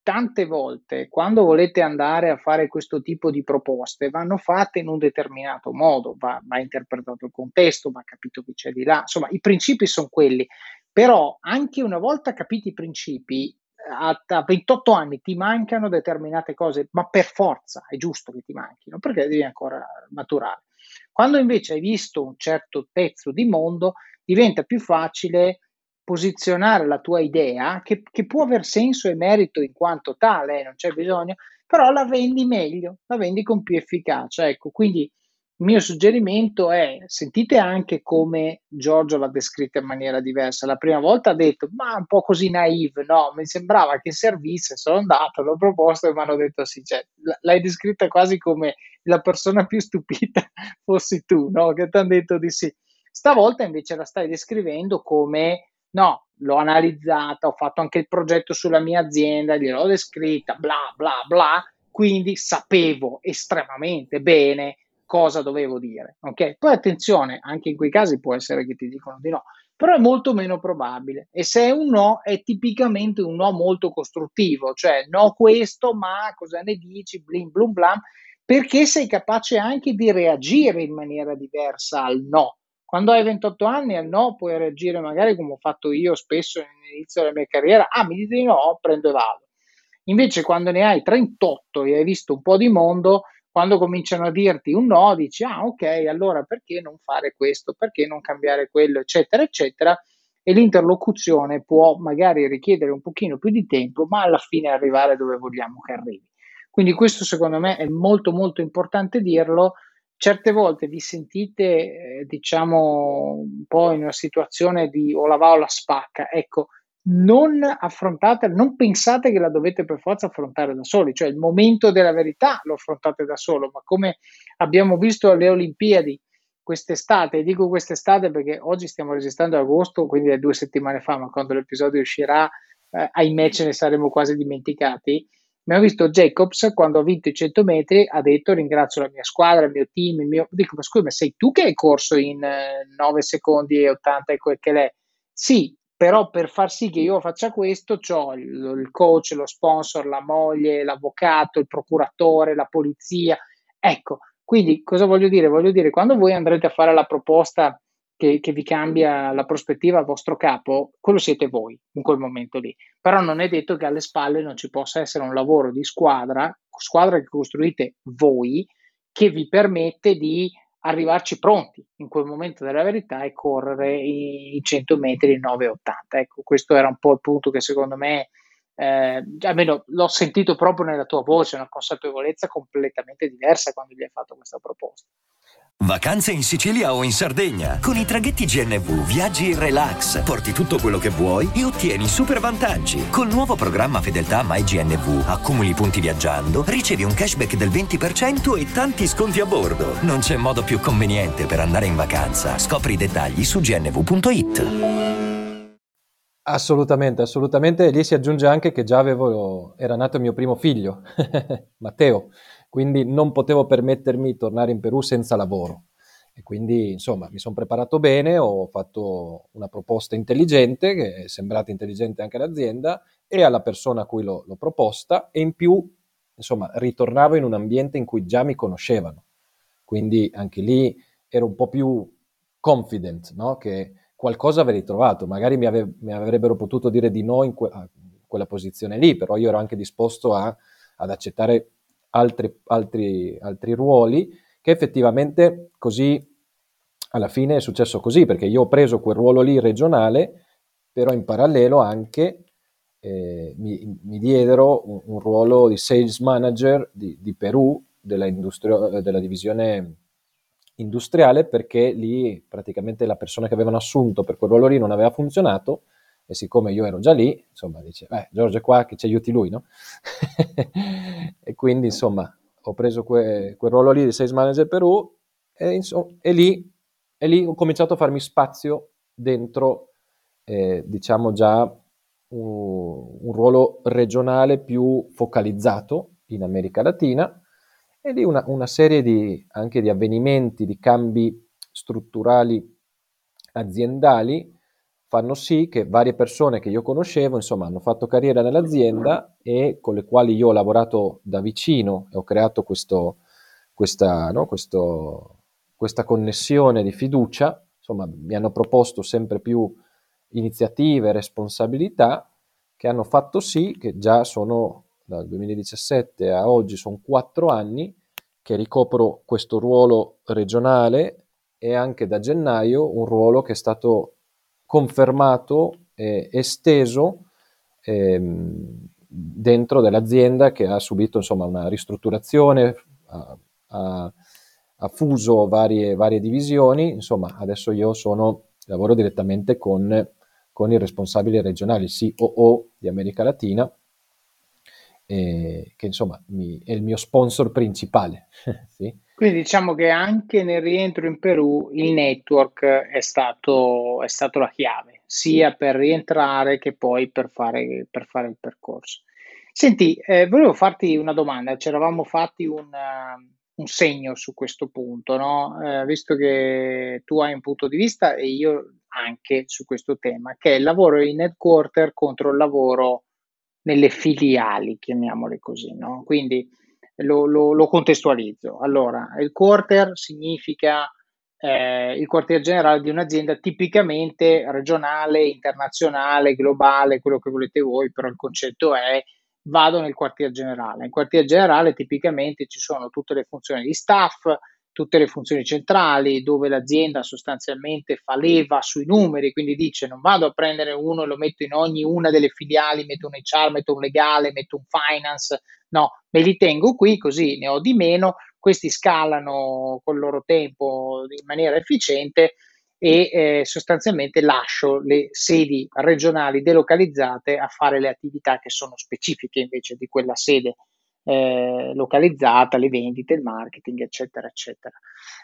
tante volte quando volete andare a fare questo tipo di proposte vanno fatte in un determinato modo, va interpretato il contesto, va capito chi c'è di là, insomma i principi sono quelli, però anche una volta capiti i principi, a 28 anni ti mancano determinate cose, ma per forza è giusto che ti manchino, perché devi ancora maturare. Quando invece hai visto un certo pezzo di mondo, diventa più facile posizionare la tua idea, che può aver senso e merito in quanto tale, non c'è bisogno, però la vendi meglio, la vendi con più efficacia. Ecco, quindi il mio suggerimento è: sentite anche come Giorgio l'ha descritta in maniera diversa. La prima volta ha detto, ma un po' così naive, no, mi sembrava che servisse, sono andato, l'ho proposto e mi hanno detto sì, cioè, l'hai descritta quasi come la persona più stupida fossi tu, no? Che ti hanno detto di sì. Stavolta invece la stai descrivendo come no, l'ho analizzata, ho fatto anche il progetto sulla mia azienda, gliel'ho descritta, bla bla bla, quindi sapevo estremamente bene cosa dovevo dire. Ok? Poi attenzione, anche in quei casi può essere che ti dicono di no, però è molto meno probabile. E se è un no, è tipicamente un no molto costruttivo, cioè no questo, ma cosa ne dici, blim blum blam, perché sei capace anche di reagire in maniera diversa al no. Quando hai 28 anni al no puoi reagire magari come ho fatto io spesso all'inizio della mia carriera, ah mi dite di no, prendo e vado. Invece quando ne hai 38 e hai visto un po' di mondo, quando cominciano a dirti un no, dici ah ok, allora perché non fare questo, perché non cambiare quello, eccetera, eccetera, e l'interlocuzione può magari richiedere un pochino più di tempo, ma alla fine arrivare dove vogliamo che arrivi. Quindi questo secondo me è molto molto importante dirlo. Certe volte vi sentite, diciamo, un po' in una situazione di o la va o la spacca. Ecco, non affrontate, non pensate che la dovete per forza affrontare da soli, cioè il momento della verità lo affrontate da solo, ma come abbiamo visto alle Olimpiadi quest'estate, e dico quest'estate perché oggi stiamo registrando ad agosto, quindi è 2 settimane fa, ma quando l'episodio uscirà, ahimè ce ne saremo quasi dimenticati. Abbiamo visto Jacobs quando ha vinto i 100 metri, ha detto ringrazio la mia squadra, il mio team, il mio... Dico, ma scusa, ma sei tu che hai corso in 9 secondi e 80 e quel che l'è? Sì, però per far sì che io faccia questo, c'ho il coach, lo sponsor, la moglie, l'avvocato, il procuratore, la polizia. Ecco, quindi cosa voglio dire? Voglio dire, quando voi andrete a fare la proposta che vi cambia la prospettiva al vostro capo, quello siete voi in quel momento lì. Però non è detto che alle spalle non ci possa essere un lavoro di squadra, squadra che costruite voi, che vi permette di arrivarci pronti in quel momento della verità e correre i 100 metri in 9,80. Ecco, questo era un po' il punto che secondo me, almeno l'ho sentito proprio nella tua voce, una consapevolezza completamente diversa quando gli hai fatto questa proposta. Vacanze in Sicilia o in Sardegna. Con i traghetti GNV viaggi in relax, porti tutto quello che vuoi e ottieni super vantaggi. Col nuovo programma Fedeltà MyGNV accumuli punti viaggiando, ricevi un cashback del 20% e tanti sconti a bordo. Non c'è modo più conveniente per andare in vacanza. Scopri i dettagli su gnv.it. Assolutamente, assolutamente. E lì si aggiunge anche che già era nato il mio primo figlio, Matteo, quindi non potevo permettermi di tornare in Perù senza lavoro. E quindi, insomma, mi sono preparato bene, ho fatto una proposta intelligente, che è sembrata intelligente anche all'azienda e alla persona a cui l'ho proposta, e in più, insomma, ritornavo in un ambiente in cui già mi conoscevano. Quindi anche lì ero un po' più confident, no? Che qualcosa avrei trovato, magari mi avrebbero potuto dire di no a quella posizione lì, però io ero anche disposto ad accettare altri ruoli, che effettivamente così alla fine è successo così, perché io ho preso quel ruolo lì regionale, però in parallelo anche mi diedero un ruolo di sales manager di Perù, della divisione industriale, perché lì praticamente la persona che avevano assunto per quel ruolo lì non aveva funzionato, e siccome io ero già lì, insomma, dice, Giorgio è qua, che ci aiuti lui, no? E quindi, insomma, ho preso quel ruolo lì di sales manager Perù e lì ho cominciato a farmi spazio dentro, diciamo già un ruolo regionale più focalizzato in America Latina, e lì una serie anche di avvenimenti, di cambi strutturali aziendali fanno sì che varie persone che io conoscevo, insomma, hanno fatto carriera nell'azienda e con le quali io ho lavorato da vicino e ho creato questa connessione di fiducia, insomma, mi hanno proposto sempre più iniziative e responsabilità che hanno fatto sì che già sono dal 2017 a oggi, sono 4 anni che ricopro questo ruolo regionale e anche da gennaio un ruolo che è stato confermato e esteso dentro dell'azienda che ha subito insomma una ristrutturazione, ha fuso varie divisioni, insomma adesso io lavoro direttamente con i responsabili regionali, il COO di America Latina, che insomma è il mio sponsor principale. Sì. Quindi diciamo che anche nel rientro in Perù il network è stato la chiave, sia per rientrare che poi per fare il percorso. Senti, volevo farti una domanda, ci eravamo fatti un segno su questo punto, no? Visto che tu hai un punto di vista e io anche su questo tema, che è il lavoro in headquarter contro il lavoro nelle filiali, chiamiamole così, no? Quindi lo contestualizzo. Allora, il quarter significa il quartier generale di un'azienda tipicamente regionale, internazionale, globale, quello che volete voi, però il concetto è vado nel quartier generale. Nel quartier generale tipicamente ci sono tutte le funzioni di staff, tutte le funzioni centrali, dove l'azienda sostanzialmente fa leva sui numeri, quindi dice non vado a prendere uno e lo metto in ogni una delle filiali, metto un HR, metto un legale, metto un finance, no, me li tengo qui così ne ho di meno, questi scalano col loro tempo in maniera efficiente e sostanzialmente lascio le sedi regionali delocalizzate a fare le attività che sono specifiche invece di quella sede localizzata, le vendite, il marketing, eccetera, eccetera.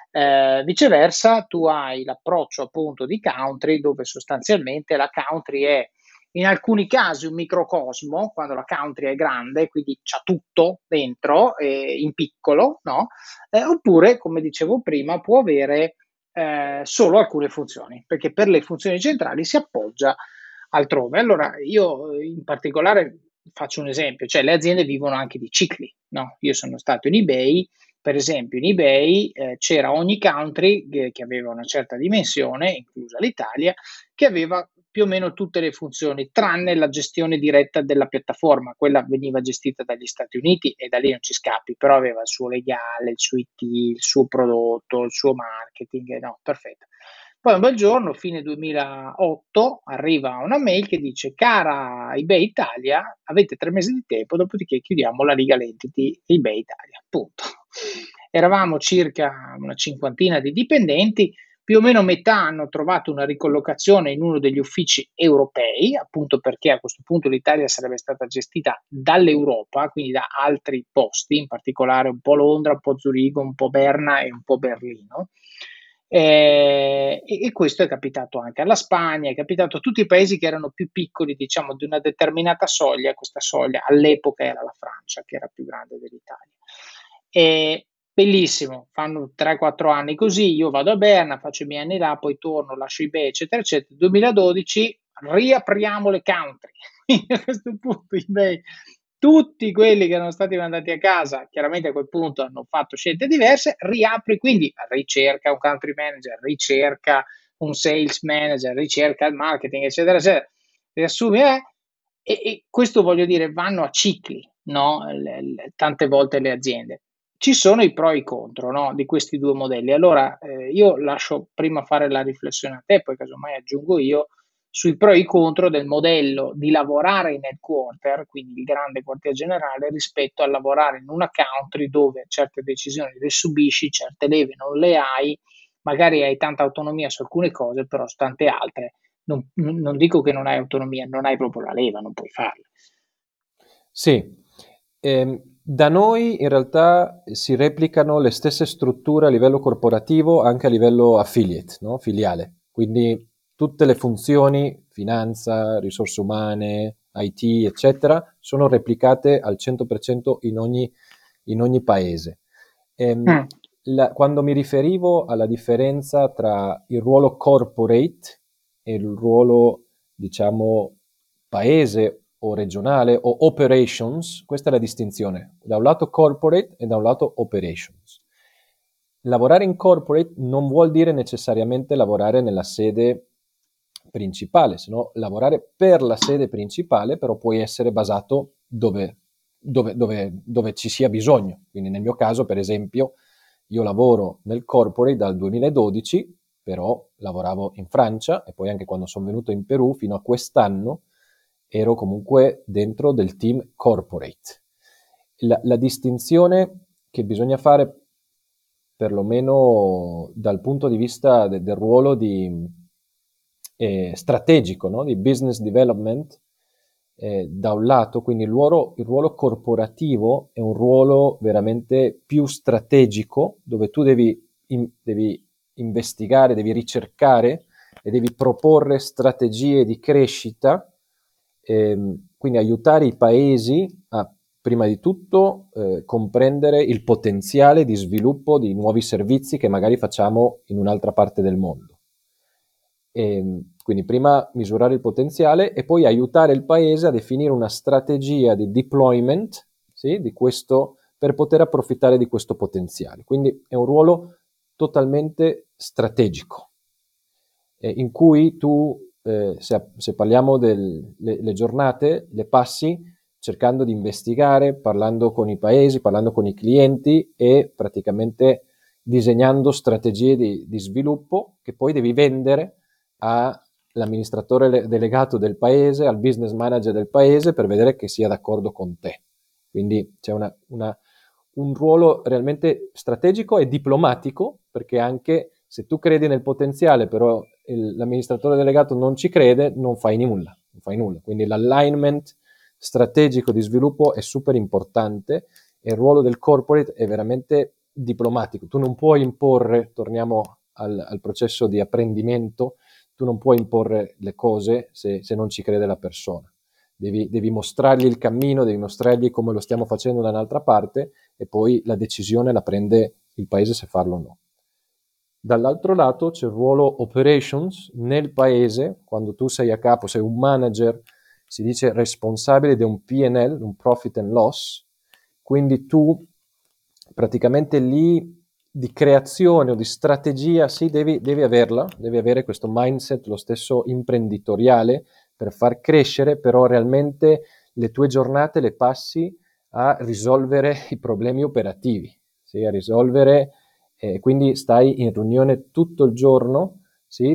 Viceversa, tu hai l'approccio appunto di country, dove sostanzialmente la country è in alcuni casi un microcosmo, quando la country è grande, quindi c'ha tutto dentro, in piccolo, no? Oppure, come dicevo prima, può avere solo alcune funzioni, perché per le funzioni centrali si appoggia altrove. Allora, io in particolare faccio un esempio, cioè le aziende vivono anche di cicli, no? Io sono stato in eBay, per esempio in eBay c'era ogni country che aveva una certa dimensione, inclusa l'Italia, che aveva più o meno tutte le funzioni, tranne la gestione diretta della piattaforma, quella veniva gestita dagli Stati Uniti e da lì non ci scappi, però aveva il suo legale, il suo IT, il suo prodotto, il suo marketing, no, perfetto. Poi un bel giorno, fine 2008, arriva una mail che dice: cara eBay Italia, avete 3 mesi di tempo, dopodiché chiudiamo la legal entity eBay Italia. Punto. Eravamo circa una cinquantina di dipendenti, più o meno metà hanno trovato una ricollocazione in uno degli uffici europei, appunto perché a questo punto l'Italia sarebbe stata gestita dall'Europa, quindi da altri posti, in particolare un po' Londra, un po' Zurigo, un po' Berna e un po' Berlino. E questo è capitato anche alla Spagna, è capitato a tutti i paesi che erano più piccoli, diciamo, di una determinata soglia. Questa soglia all'epoca era la Francia, che era più grande dell'Italia. E bellissimo, fanno 3-4 anni così, io vado a Berna, faccio i miei anni là, poi torno, lascio eBay, eccetera, eccetera. 2012 riapriamo le country. A questo punto eBay, tutti quelli che erano stati mandati a casa, chiaramente a quel punto hanno fatto scelte diverse, riapri, quindi ricerca un country manager, ricerca un sales manager, ricerca il marketing, eccetera, eccetera. Riassumi, e questo voglio dire, vanno a cicli, no? Tante volte le aziende. Ci sono i pro e i contro, no? Di questi due modelli. Allora, io lascio prima fare la riflessione a te, poi casomai aggiungo io sui pro e i contro del modello di lavorare in headquarter, quindi il grande quartier generale, rispetto a lavorare in una country dove certe decisioni le subisci, certe leve non le hai, magari hai tanta autonomia su alcune cose, però su tante altre non dico che non hai autonomia, non hai proprio la leva, non puoi farla. Sì, da noi in realtà si replicano le stesse strutture a livello corporativo anche a livello affiliate, no? Filiale, quindi tutte le funzioni, finanza, risorse umane, IT, eccetera, sono replicate al 100% in ogni paese. Quando mi riferivo alla differenza tra il ruolo corporate e il ruolo, diciamo, paese o regionale o operations. Questa è la distinzione, da un lato corporate e da un lato operations. Lavorare in corporate non vuol dire necessariamente lavorare nella sede principale, se no lavorare per la sede principale, però puoi essere basato dove ci sia bisogno. Quindi nel mio caso, per esempio, io lavoro nel corporate dal 2012, però lavoravo in Francia e poi anche quando sono venuto in Perù fino a quest'anno ero comunque dentro del team corporate. La distinzione che bisogna fare, perlomeno dal punto di vista del ruolo strategico, no? Di business development, da un lato, quindi il ruolo corporativo è un ruolo veramente più strategico, dove tu devi investigare, devi ricercare e devi proporre strategie di crescita, quindi aiutare i paesi a, prima di tutto, comprendere il potenziale di sviluppo di nuovi servizi che magari facciamo in un'altra parte del mondo. Quindi prima misurare il potenziale e poi aiutare il paese a definire una strategia di deployment, sì, di questo, per poter approfittare di questo potenziale. Quindi è un ruolo totalmente strategico, in cui tu, se parliamo delle giornate, le passi cercando di investigare, parlando con i paesi, parlando con i clienti e praticamente disegnando strategie di sviluppo che poi devi vendere all'amministratore delegato del paese, al business manager del paese, per vedere che sia d'accordo con te. Quindi c'è un ruolo realmente strategico e diplomatico, perché anche se tu credi nel potenziale, però l'amministratore delegato non ci crede, non fai nulla. Quindi l'alignment strategico di sviluppo è super importante e il ruolo del corporate è veramente diplomatico. Tu non puoi imporre, torniamo al processo di apprendimento, tu non puoi imporre le cose se non ci crede la persona. Devi mostrargli il cammino, devi mostrargli come lo stiamo facendo da un'altra parte e poi la decisione la prende il paese se farlo o no. Dall'altro lato c'è il ruolo operations nel paese. Quando tu sei a capo, sei un manager, si dice responsabile di un P&L, un profit and loss, quindi tu praticamente lì di creazione o di strategia, sì, devi averla, devi avere questo mindset, lo stesso imprenditoriale, per far crescere, però realmente le tue giornate le passi a risolvere i problemi operativi, sì, a risolvere, quindi stai in riunione tutto il giorno, sì,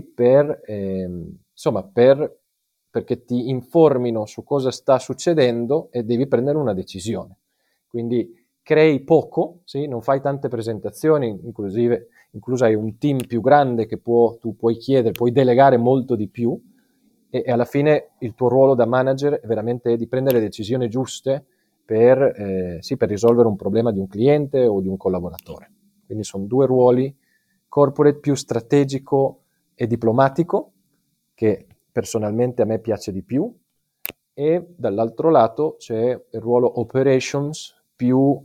perché ti informino su cosa sta succedendo e devi prendere una decisione. Quindi crei poco, sì, non fai tante presentazioni, incluso hai un team più grande che tu puoi chiedere, puoi delegare molto di più e alla fine il tuo ruolo da manager è veramente di prendere le decisioni giuste per risolvere un problema di un cliente o di un collaboratore. Quindi sono due ruoli, corporate più strategico e diplomatico, che personalmente a me piace di più, e dall'altro lato c'è il ruolo operations più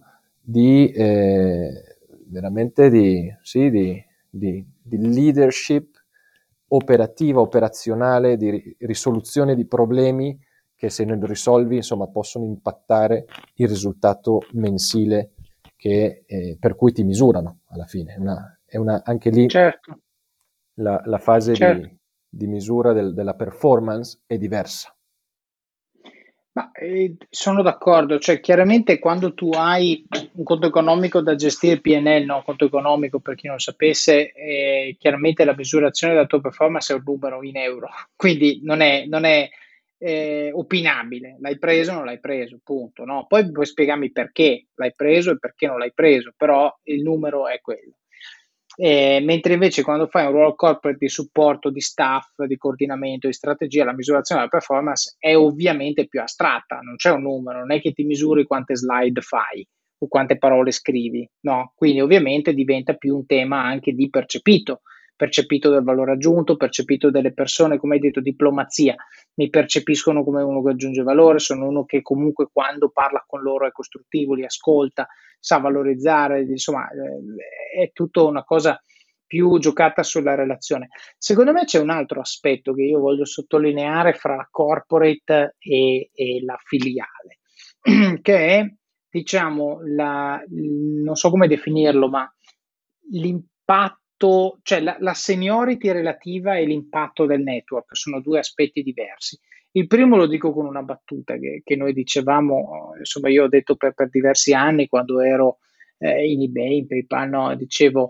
veramente di leadership operativa, operazionale, di risoluzione di problemi che se non risolvi, insomma, possono impattare il risultato mensile per cui ti misurano alla fine. Anche lì certo, la fase certo. di misura della performance è diversa. Ma sono d'accordo, cioè chiaramente quando tu hai un conto economico da gestire, PNL, no? Un conto economico, per chi non sapesse, chiaramente la misurazione della tua performance è un numero in euro, quindi non è opinabile, l'hai preso o non l'hai preso, punto, no? Poi puoi spiegarmi perché l'hai preso e perché non l'hai preso, però il numero è quello. Mentre invece quando fai un ruolo corporate di supporto, di staff, di coordinamento, di strategia, la misurazione della performance è ovviamente più astratta, non c'è un numero, non è che ti misuri quante slide fai o quante parole scrivi, no? Quindi ovviamente diventa più un tema anche di percepito del valore aggiunto, percepito delle persone, come hai detto, diplomazia, mi percepiscono come uno che aggiunge valore, sono uno che comunque quando parla con loro è costruttivo, li ascolta, sa valorizzare, insomma, è tutta una cosa più giocata sulla relazione. Secondo me c'è un altro aspetto che io voglio sottolineare fra la corporate e la filiale, che è, diciamo, non so come definirlo, ma l'impatto, cioè la seniority relativa e l'impatto del network sono due aspetti diversi. Il primo lo dico con una battuta che noi dicevamo, insomma io ho detto per diversi anni quando ero in eBay, in PayPal, no, dicevo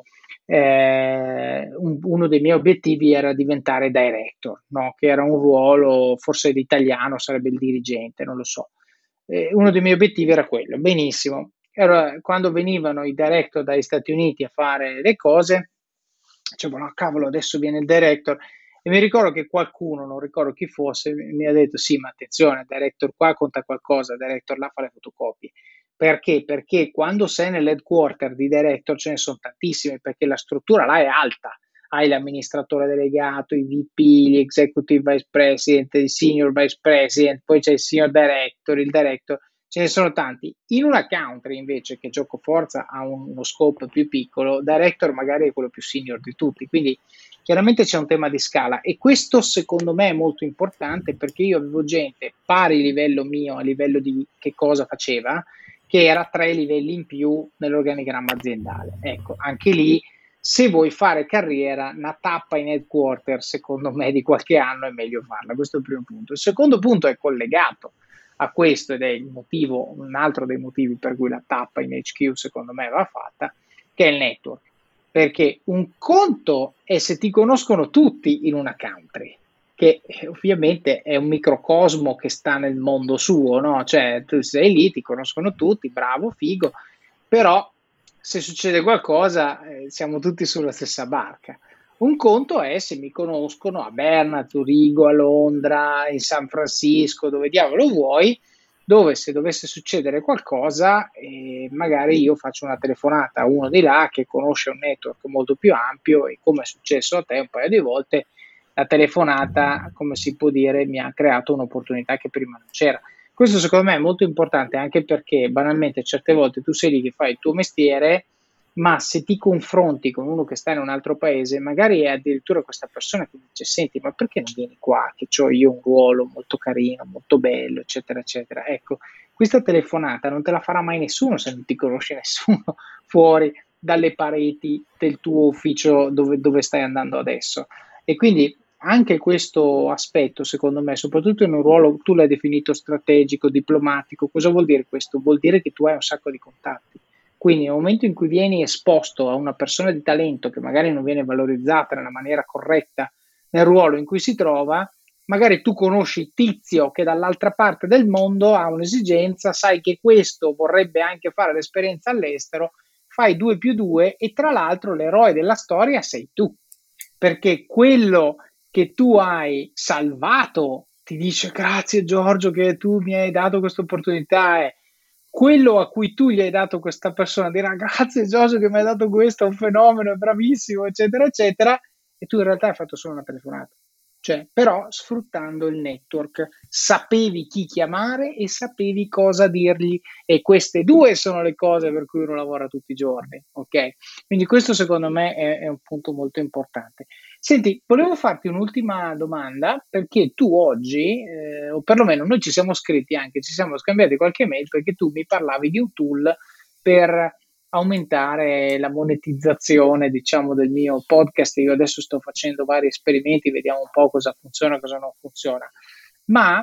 uno dei miei obiettivi era diventare director, no? Che era un ruolo, forse l'italiano sarebbe il dirigente, non lo so. Uno dei miei obiettivi era quello, benissimo. Allora, quando venivano i director dagli Stati Uniti a fare le cose, dicevo, no, cavolo, adesso viene il director. E mi ricordo che qualcuno, non ricordo chi fosse, mi ha detto, sì, ma attenzione, il director qua conta qualcosa, il director là fa le fotocopie. Perché? Perché quando sei nell'headquarter di director ce ne sono tantissimi, perché la struttura là è alta. Hai l'amministratore delegato, i VP, gli executive vice president, il senior vice president, poi c'è il senior director, il director, ce ne sono tanti. In una country invece che gioco forza ha uno scope più piccolo, director magari è quello più senior di tutti, quindi chiaramente c'è un tema di scala e questo secondo me è molto importante perché io avevo gente pari livello mio a livello di che cosa faceva, che era 3 livelli in più nell'organigramma aziendale. Ecco, anche lì se vuoi fare carriera, una tappa in headquarter secondo me di qualche anno è meglio farla, questo è il primo punto. Il secondo punto è collegato a questo ed è il motivo, un altro dei motivi per cui la tappa in HQ secondo me va fatta, che è il network. Perché un conto è se ti conoscono tutti in una country, che ovviamente è un microcosmo che sta nel mondo suo, no? Cioè tu sei lì, ti conoscono tutti, bravo, figo, però se succede qualcosa siamo tutti sulla stessa barca. Un conto è se mi conoscono a Berna, a Zurigo, a Londra, in San Francisco, dove diavolo vuoi, dove se dovesse succedere qualcosa, magari io faccio una telefonata a uno di là che conosce un network molto più ampio e come è successo a te un paio di volte, la telefonata, come si può dire, mi ha creato un'opportunità che prima non c'era. Questo secondo me è molto importante anche perché banalmente certe volte tu sei lì che fai il tuo mestiere, ma se ti confronti con uno che sta in un altro paese, magari è addirittura questa persona che dice, senti, ma perché non vieni qua, che ho io un ruolo molto carino, molto bello, eccetera, eccetera. Ecco, questa telefonata non te la farà mai nessuno se non ti conosce nessuno fuori dalle pareti del tuo ufficio dove stai andando adesso. E quindi anche questo aspetto, secondo me, soprattutto in un ruolo, tu l'hai definito strategico, diplomatico, cosa vuol dire questo? Vuol dire che tu hai un sacco di contatti. Quindi nel momento in cui vieni esposto a una persona di talento che magari non viene valorizzata nella maniera corretta nel ruolo in cui si trova, magari tu conosci il tizio che dall'altra parte del mondo ha un'esigenza, sai che questo vorrebbe anche fare l'esperienza all'estero, fai 2 più 2 e tra l'altro l'eroe della storia sei tu, perché quello che tu hai salvato ti dice grazie Giorgio che tu mi hai dato questa opportunità e quello a cui tu gli hai dato questa persona dirà grazie Giorgio che mi hai dato questo, è un fenomeno, è bravissimo, eccetera, eccetera, e tu in realtà hai fatto solo una telefonata. Cioè, però sfruttando il network sapevi chi chiamare e sapevi cosa dirgli e queste due sono le cose per cui uno lavora tutti i giorni, ok? Quindi questo secondo me è un punto molto importante. Senti, volevo farti un'ultima domanda perché tu oggi, o perlomeno noi ci siamo scritti anche, ci siamo scambiati qualche mail perché tu mi parlavi di un tool per aumentare la monetizzazione, diciamo, del mio podcast. Io adesso sto facendo vari esperimenti, vediamo un po' cosa funziona, cosa non funziona. Ma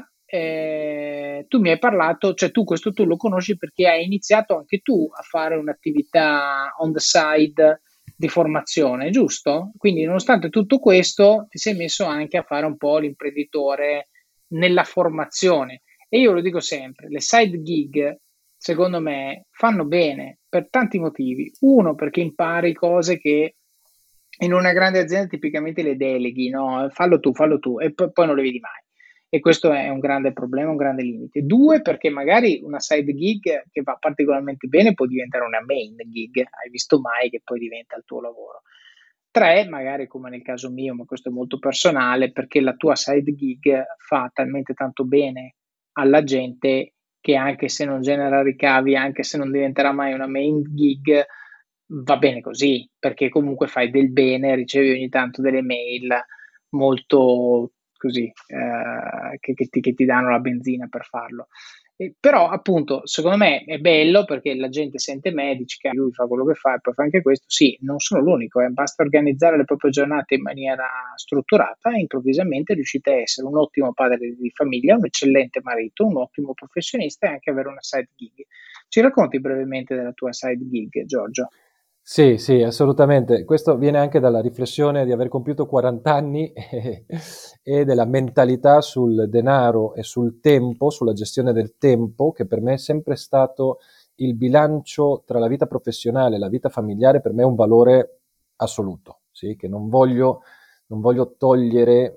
tu mi hai parlato, cioè tu questo tool lo conosci perché hai iniziato anche tu a fare un'attività on the side di formazione, giusto? Quindi nonostante tutto questo ti sei messo anche a fare un po' l'imprenditore nella formazione. E io lo dico sempre, le side gig secondo me fanno bene per tanti motivi. Uno, perché impari cose che in una grande azienda tipicamente le deleghi, no? Fallo tu, e poi non le vedi mai. E questo è un grande problema, un grande limite. Due, perché magari una side gig che va particolarmente bene può diventare una main gig, hai visto mai che poi diventa il tuo lavoro. Tre, magari come nel caso mio, ma questo è molto personale, perché la tua side gig fa talmente tanto bene alla gente che anche se non genera ricavi, anche se non diventerà mai una main gig, va bene così, perché comunque fai del bene, ricevi ogni tanto delle mail molto così, che ti danno la benzina per farlo. Però appunto, secondo me è bello perché la gente sente me, dice che lui fa quello che fa e poi fa anche questo. Sì, non sono l'unico, basta organizzare le proprie giornate in maniera strutturata e improvvisamente riuscite a essere un ottimo padre di famiglia, un eccellente marito, un ottimo professionista e anche avere una side gig. Ci racconti brevemente della tua side gig, Giorgio? Sì, sì, assolutamente. Questo viene anche dalla riflessione di aver compiuto 40 anni e della mentalità sul denaro e sul tempo, sulla gestione del tempo, che per me è sempre stato il bilancio tra la vita professionale e la vita familiare, per me è un valore assoluto, sì, che non voglio togliere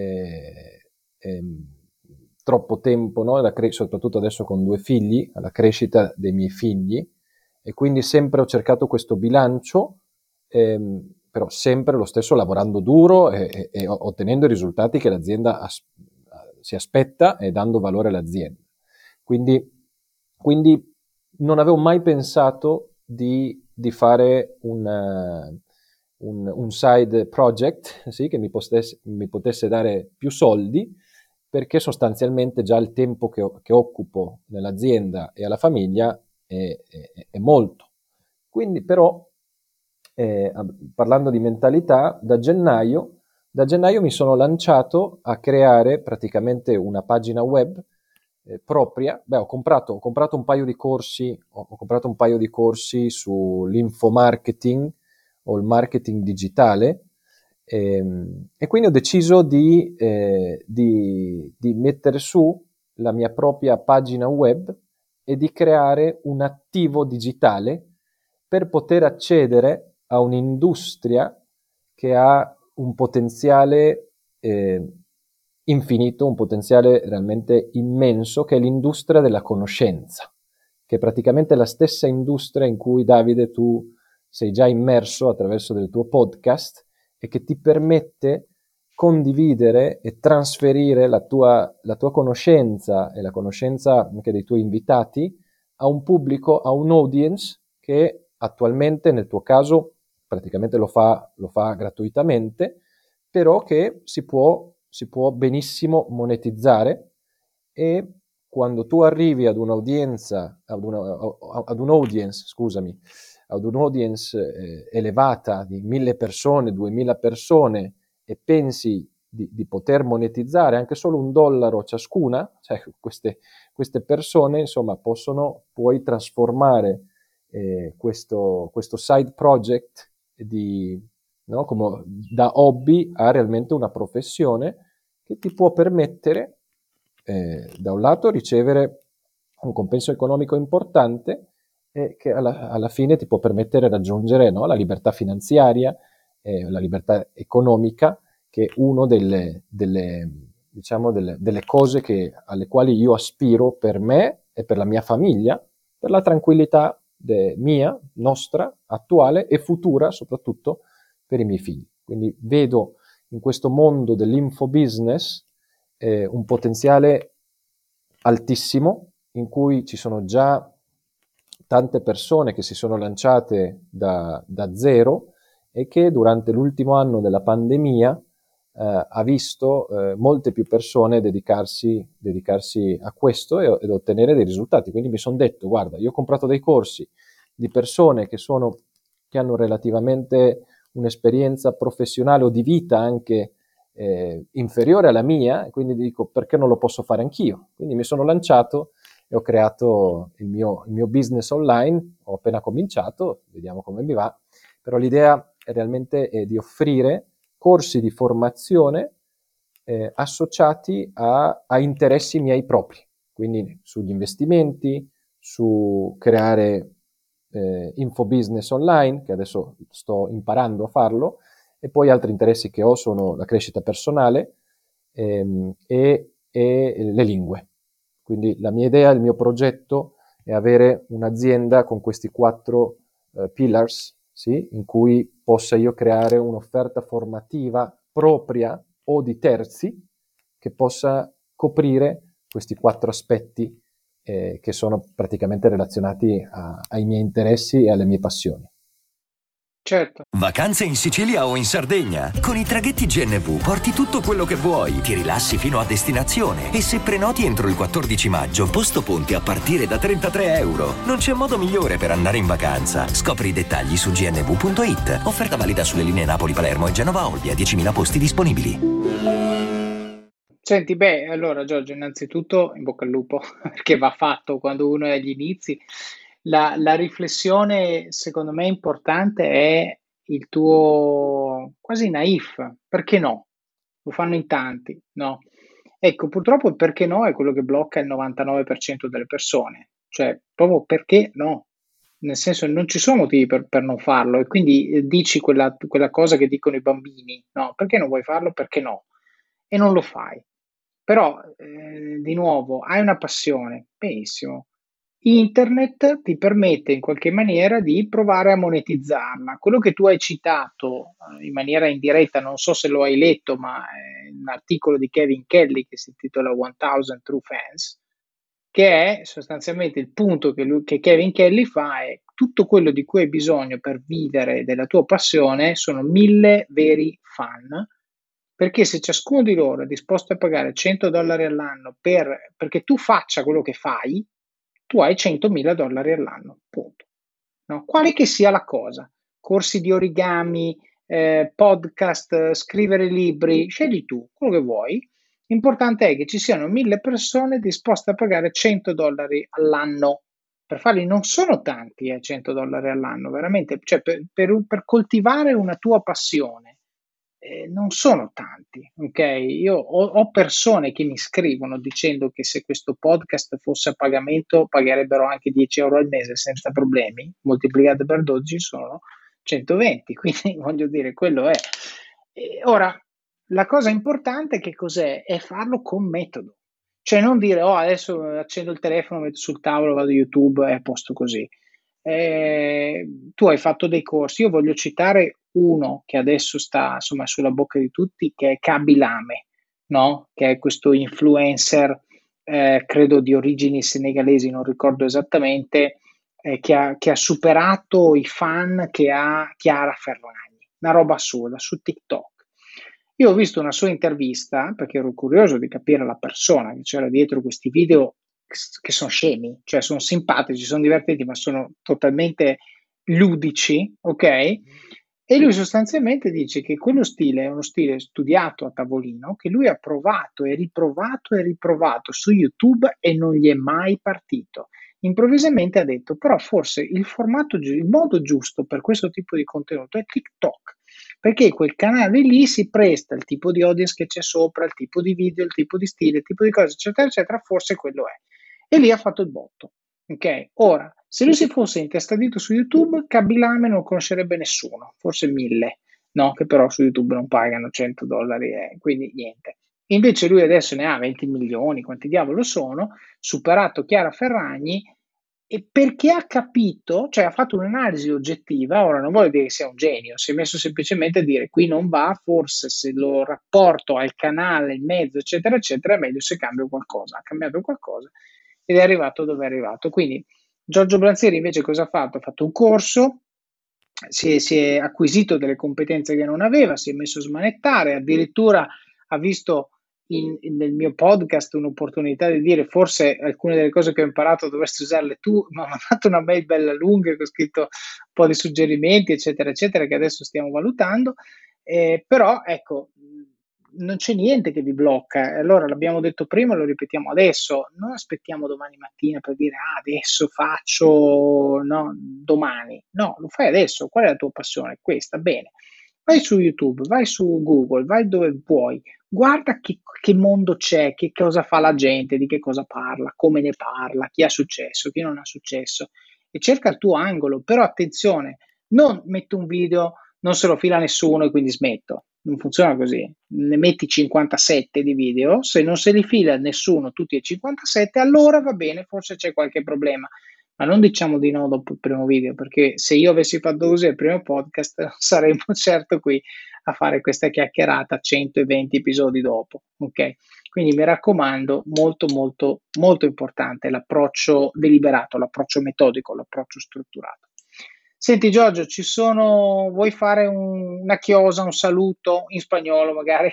ehm, troppo tempo, no? Soprattutto adesso con 2 figli, alla crescita dei miei figli, e quindi sempre ho cercato questo bilancio, però sempre lo stesso lavorando duro e ottenendo i risultati che l'azienda si aspetta e dando valore all'azienda. Quindi non avevo mai pensato di fare un side project, sì, che mi potesse dare più soldi, perché sostanzialmente già il tempo che occupo nell'azienda e alla famiglia è molto. Quindi però, parlando di mentalità, da gennaio mi sono lanciato a creare praticamente una pagina web propria. Beh, ho comprato un paio di corsi, ho comprato un paio di corsi sull'infomarketing o il marketing digitale, e quindi ho deciso di mettere su la mia propria pagina web e di creare un attivo digitale per poter accedere a un'industria che ha un potenziale infinito, un potenziale realmente immenso, che è l'industria della conoscenza, che è praticamente la stessa industria in cui, Davide, tu sei già immerso attraverso del tuo podcast e che ti permette condividere e trasferire la tua conoscenza e la conoscenza anche dei tuoi invitati a un pubblico, a un audience che attualmente nel tuo caso praticamente lo fa gratuitamente, però che si può benissimo monetizzare. E quando tu arrivi ad un audience elevata di 1000 persone, 2000 persone, e pensi di poter monetizzare anche solo $1 ciascuna, cioè queste persone, insomma, puoi trasformare questo side project no, come da hobby a realmente una professione che ti può permettere, da un lato, ricevere un compenso economico importante e che alla fine ti può permettere di raggiungere, no, la libertà finanziaria, la libertà economica, che è una delle cose alle quali io aspiro per me e per la mia famiglia, per la tranquillità mia, nostra, attuale e futura, soprattutto per i miei figli. Quindi vedo in questo mondo dell'infobusiness un potenziale altissimo, in cui ci sono già tante persone che si sono lanciate da zero e che durante l'ultimo anno della pandemia ha visto molte più persone dedicarsi a questo ed ottenere dei risultati. Quindi mi sono detto, guarda, io ho comprato dei corsi di persone che hanno relativamente un'esperienza professionale o di vita anche inferiore alla mia, e quindi dico, perché non lo posso fare anch'io? Quindi mi sono lanciato e ho creato il mio business online. Ho appena cominciato, vediamo come mi va, però l'idea è realmente di offrire corsi di formazione associati a interessi miei propri, quindi sugli investimenti, su creare infobusiness online, che adesso sto imparando a farlo, e poi altri interessi che ho sono la crescita personale e le lingue. Quindi la mia idea, il mio progetto è avere un'azienda con questi 4 pillars, sì, in cui possa io creare un'offerta formativa propria o di terzi che possa coprire questi 4 aspetti che sono praticamente relazionati ai miei interessi e alle mie passioni. Certo. Vacanze in Sicilia o in Sardegna. Con i traghetti GNV porti tutto quello che vuoi, ti rilassi fino a destinazione e se prenoti entro il 14 maggio, posto ponti a partire da €33. Non c'è modo migliore per andare in vacanza. Scopri i dettagli su gnv.it. Offerta valida sulle linee Napoli-Palermo e Genova-Olbia, 10.000 posti disponibili. Senti, allora Giorgio, innanzitutto in bocca al lupo, perché va fatto quando uno è agli inizi. La riflessione, secondo me, importante è il tuo quasi naif, perché no? Lo fanno in tanti, no? Ecco, purtroppo il perché no è quello che blocca il 99% delle persone, cioè proprio perché no? Nel senso non ci sono motivi per non farlo e quindi dici quella cosa che dicono i bambini, no? Perché non vuoi farlo? Perché no? E non lo fai. Però, di nuovo, hai una passione, benissimo. Internet ti permette in qualche maniera di provare a monetizzarla. Quello che tu hai citato in maniera indiretta, non so se lo hai letto, ma è un articolo di Kevin Kelly che si intitola 1000 True Fans, che è sostanzialmente il punto che Kevin Kelly fa è tutto quello di cui hai bisogno per vivere della tua passione sono 1000 veri fan, perché se ciascuno di loro è disposto a pagare $100 all'anno perché tu faccia quello che fai, tu hai $100.000 all'anno, punto. No? Quale che sia la cosa, corsi di origami, podcast, scrivere libri, scegli tu quello che vuoi. L'importante è che ci siano 1000 persone disposte a pagare $100 all'anno. Per farli non sono tanti, $100 all'anno, veramente, cioè per coltivare una tua passione. Non sono tanti, ok? Io ho persone che mi scrivono dicendo che se questo podcast fosse a pagamento pagherebbero anche €10 al mese senza problemi, moltiplicate per 12 sono 120, quindi voglio dire, quello è. Ora, la cosa importante che cos'è? È farlo con metodo, cioè non dire, oh, adesso accendo il telefono, metto sul tavolo, vado a YouTube e a posto così. Tu hai fatto dei corsi, io voglio citare uno che adesso sta insomma sulla bocca di tutti, che è Kabilame, no? Che è questo influencer, credo di origini senegalesi, non ricordo esattamente, che ha superato i fan che ha Chiara Ferragni, una roba assurda, su TikTok. Io ho visto una sua intervista perché ero curioso di capire la persona che c'era dietro questi video che sono scemi, cioè sono simpatici, sono divertenti, ma sono totalmente ludici, ok? E lui sostanzialmente dice che quello stile è uno stile studiato a tavolino, che lui ha provato e riprovato su YouTube e non gli è mai partito. Improvvisamente ha detto, però forse il modo giusto per questo tipo di contenuto è TikTok, perché quel canale lì si presta il tipo di audience che c'è sopra, il tipo di video, il tipo di stile, il tipo di cose, eccetera, eccetera, forse quello è. E lì ha fatto il botto. Ok? Ora, se lui si fosse intestardito su YouTube, Kabilame non conoscerebbe nessuno, forse 1000, no? Che però su YouTube non pagano $100, quindi niente. Invece lui adesso ne ha 20 milioni, quanti diavolo sono, superato Chiara Ferragni, e perché ha capito, cioè ha fatto un'analisi oggettiva, ora non voglio dire che sia un genio, si è messo semplicemente a dire qui non va, forse se lo rapporto al canale, il mezzo, eccetera, eccetera, è meglio se cambio qualcosa. Ha cambiato qualcosa ed è arrivato dove è arrivato. Quindi Giorgio Blanzieri invece cosa ha fatto? Ha fatto un corso, si è acquisito delle competenze che non aveva, si è messo a smanettare, addirittura ha visto nel mio podcast un'opportunità di dire forse alcune delle cose che ho imparato dovresti usarle tu, ma mi ha fatto una mail bella lunga che ho scritto un po' di suggerimenti, eccetera, eccetera, che adesso stiamo valutando. Però ecco, non c'è niente che vi blocca. Allora l'abbiamo detto prima, lo ripetiamo adesso, non aspettiamo domani mattina per dire adesso faccio, no, domani. No, lo fai adesso. Qual è la tua passione? Questa, bene. Vai su YouTube, vai su Google, vai dove vuoi, guarda che mondo c'è, che cosa fa la gente, di che cosa parla, come ne parla, chi ha successo, chi non ha successo e cerca il tuo angolo, però attenzione, non metto un video, non se lo fila nessuno e quindi smetto. Non funziona così. Ne metti 57 di video, se non se li fila nessuno, tutti e 57, allora va bene, forse c'è qualche problema. Ma non diciamo di no dopo il primo video, perché se io avessi fatto così il primo podcast, saremmo certo qui a fare questa chiacchierata 120 episodi dopo. Ok? Quindi mi raccomando, molto, molto, molto importante l'approccio deliberato, l'approccio metodico, l'approccio strutturato. Senti Giorgio, vuoi fare una chiosa, un saluto in spagnolo magari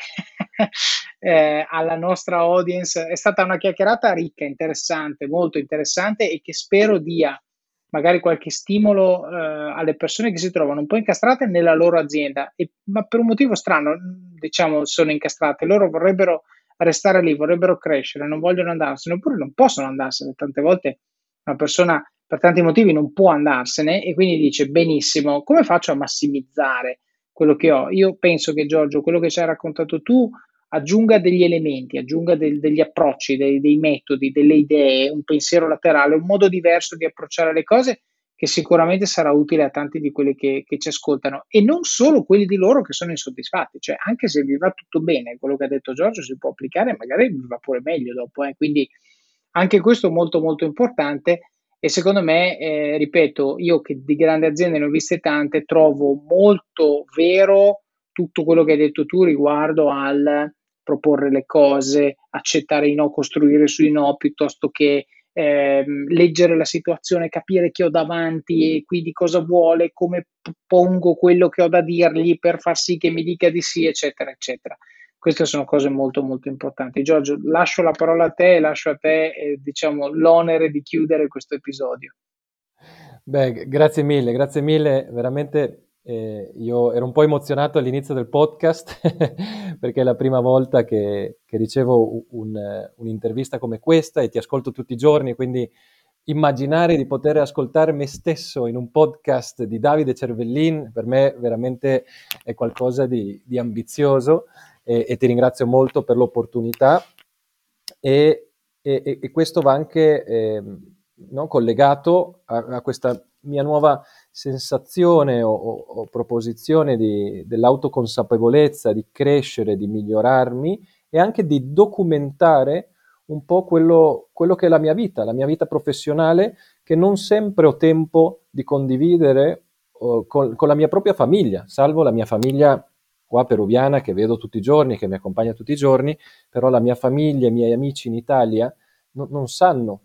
alla nostra audience? È stata una chiacchierata ricca, interessante, molto interessante e che spero dia magari qualche stimolo alle persone che si trovano un po' incastrate nella loro azienda, ma per un motivo strano, diciamo, sono incastrate. Loro vorrebbero restare lì, vorrebbero crescere, non vogliono andarsene, oppure non possono andarsene. Tante volte una persona per tanti motivi non può andarsene e quindi dice benissimo, come faccio a massimizzare quello che ho? Io penso che Giorgio, quello che ci hai raccontato tu, aggiunga degli elementi, aggiunga degli approcci, dei metodi, delle idee, un pensiero laterale, un modo diverso di approcciare le cose che sicuramente sarà utile a tanti di quelli che ci ascoltano e non solo quelli di loro che sono insoddisfatti, cioè anche se vi va tutto bene, quello che ha detto Giorgio si può applicare, magari vi va pure meglio dopo, quindi anche questo è molto molto importante e secondo me, ripeto, io che di grandi aziende ne ho viste tante, trovo molto vero tutto quello che hai detto tu riguardo al proporre le cose, accettare i no, costruire sui no, piuttosto che leggere la situazione, capire chi ho davanti e quindi cosa vuole, come pongo quello che ho da dirgli per far sì che mi dica di sì, eccetera, eccetera. Queste sono cose molto molto importanti. Giorgio, lascio la parola a te e lascio a te diciamo, l'onere di chiudere questo episodio. Beh, grazie mille, veramente io ero un po' emozionato all'inizio del podcast perché è la prima volta che ricevo un'intervista come questa e ti ascolto tutti i giorni, quindi immaginare di poter ascoltare me stesso in un podcast di Davide Cervellin per me veramente è qualcosa di ambizioso e ti ringrazio molto per l'opportunità e questo va anche no, collegato a questa mia nuova sensazione o proposizione dell'autoconsapevolezza, di crescere, di migliorarmi e anche di documentare un po' quello che è la mia vita professionale, che non sempre ho tempo di condividere con la mia propria famiglia, salvo la mia famiglia qua peruviana che vedo tutti i giorni, che mi accompagna tutti i giorni, però la mia famiglia, i miei amici in Italia non sanno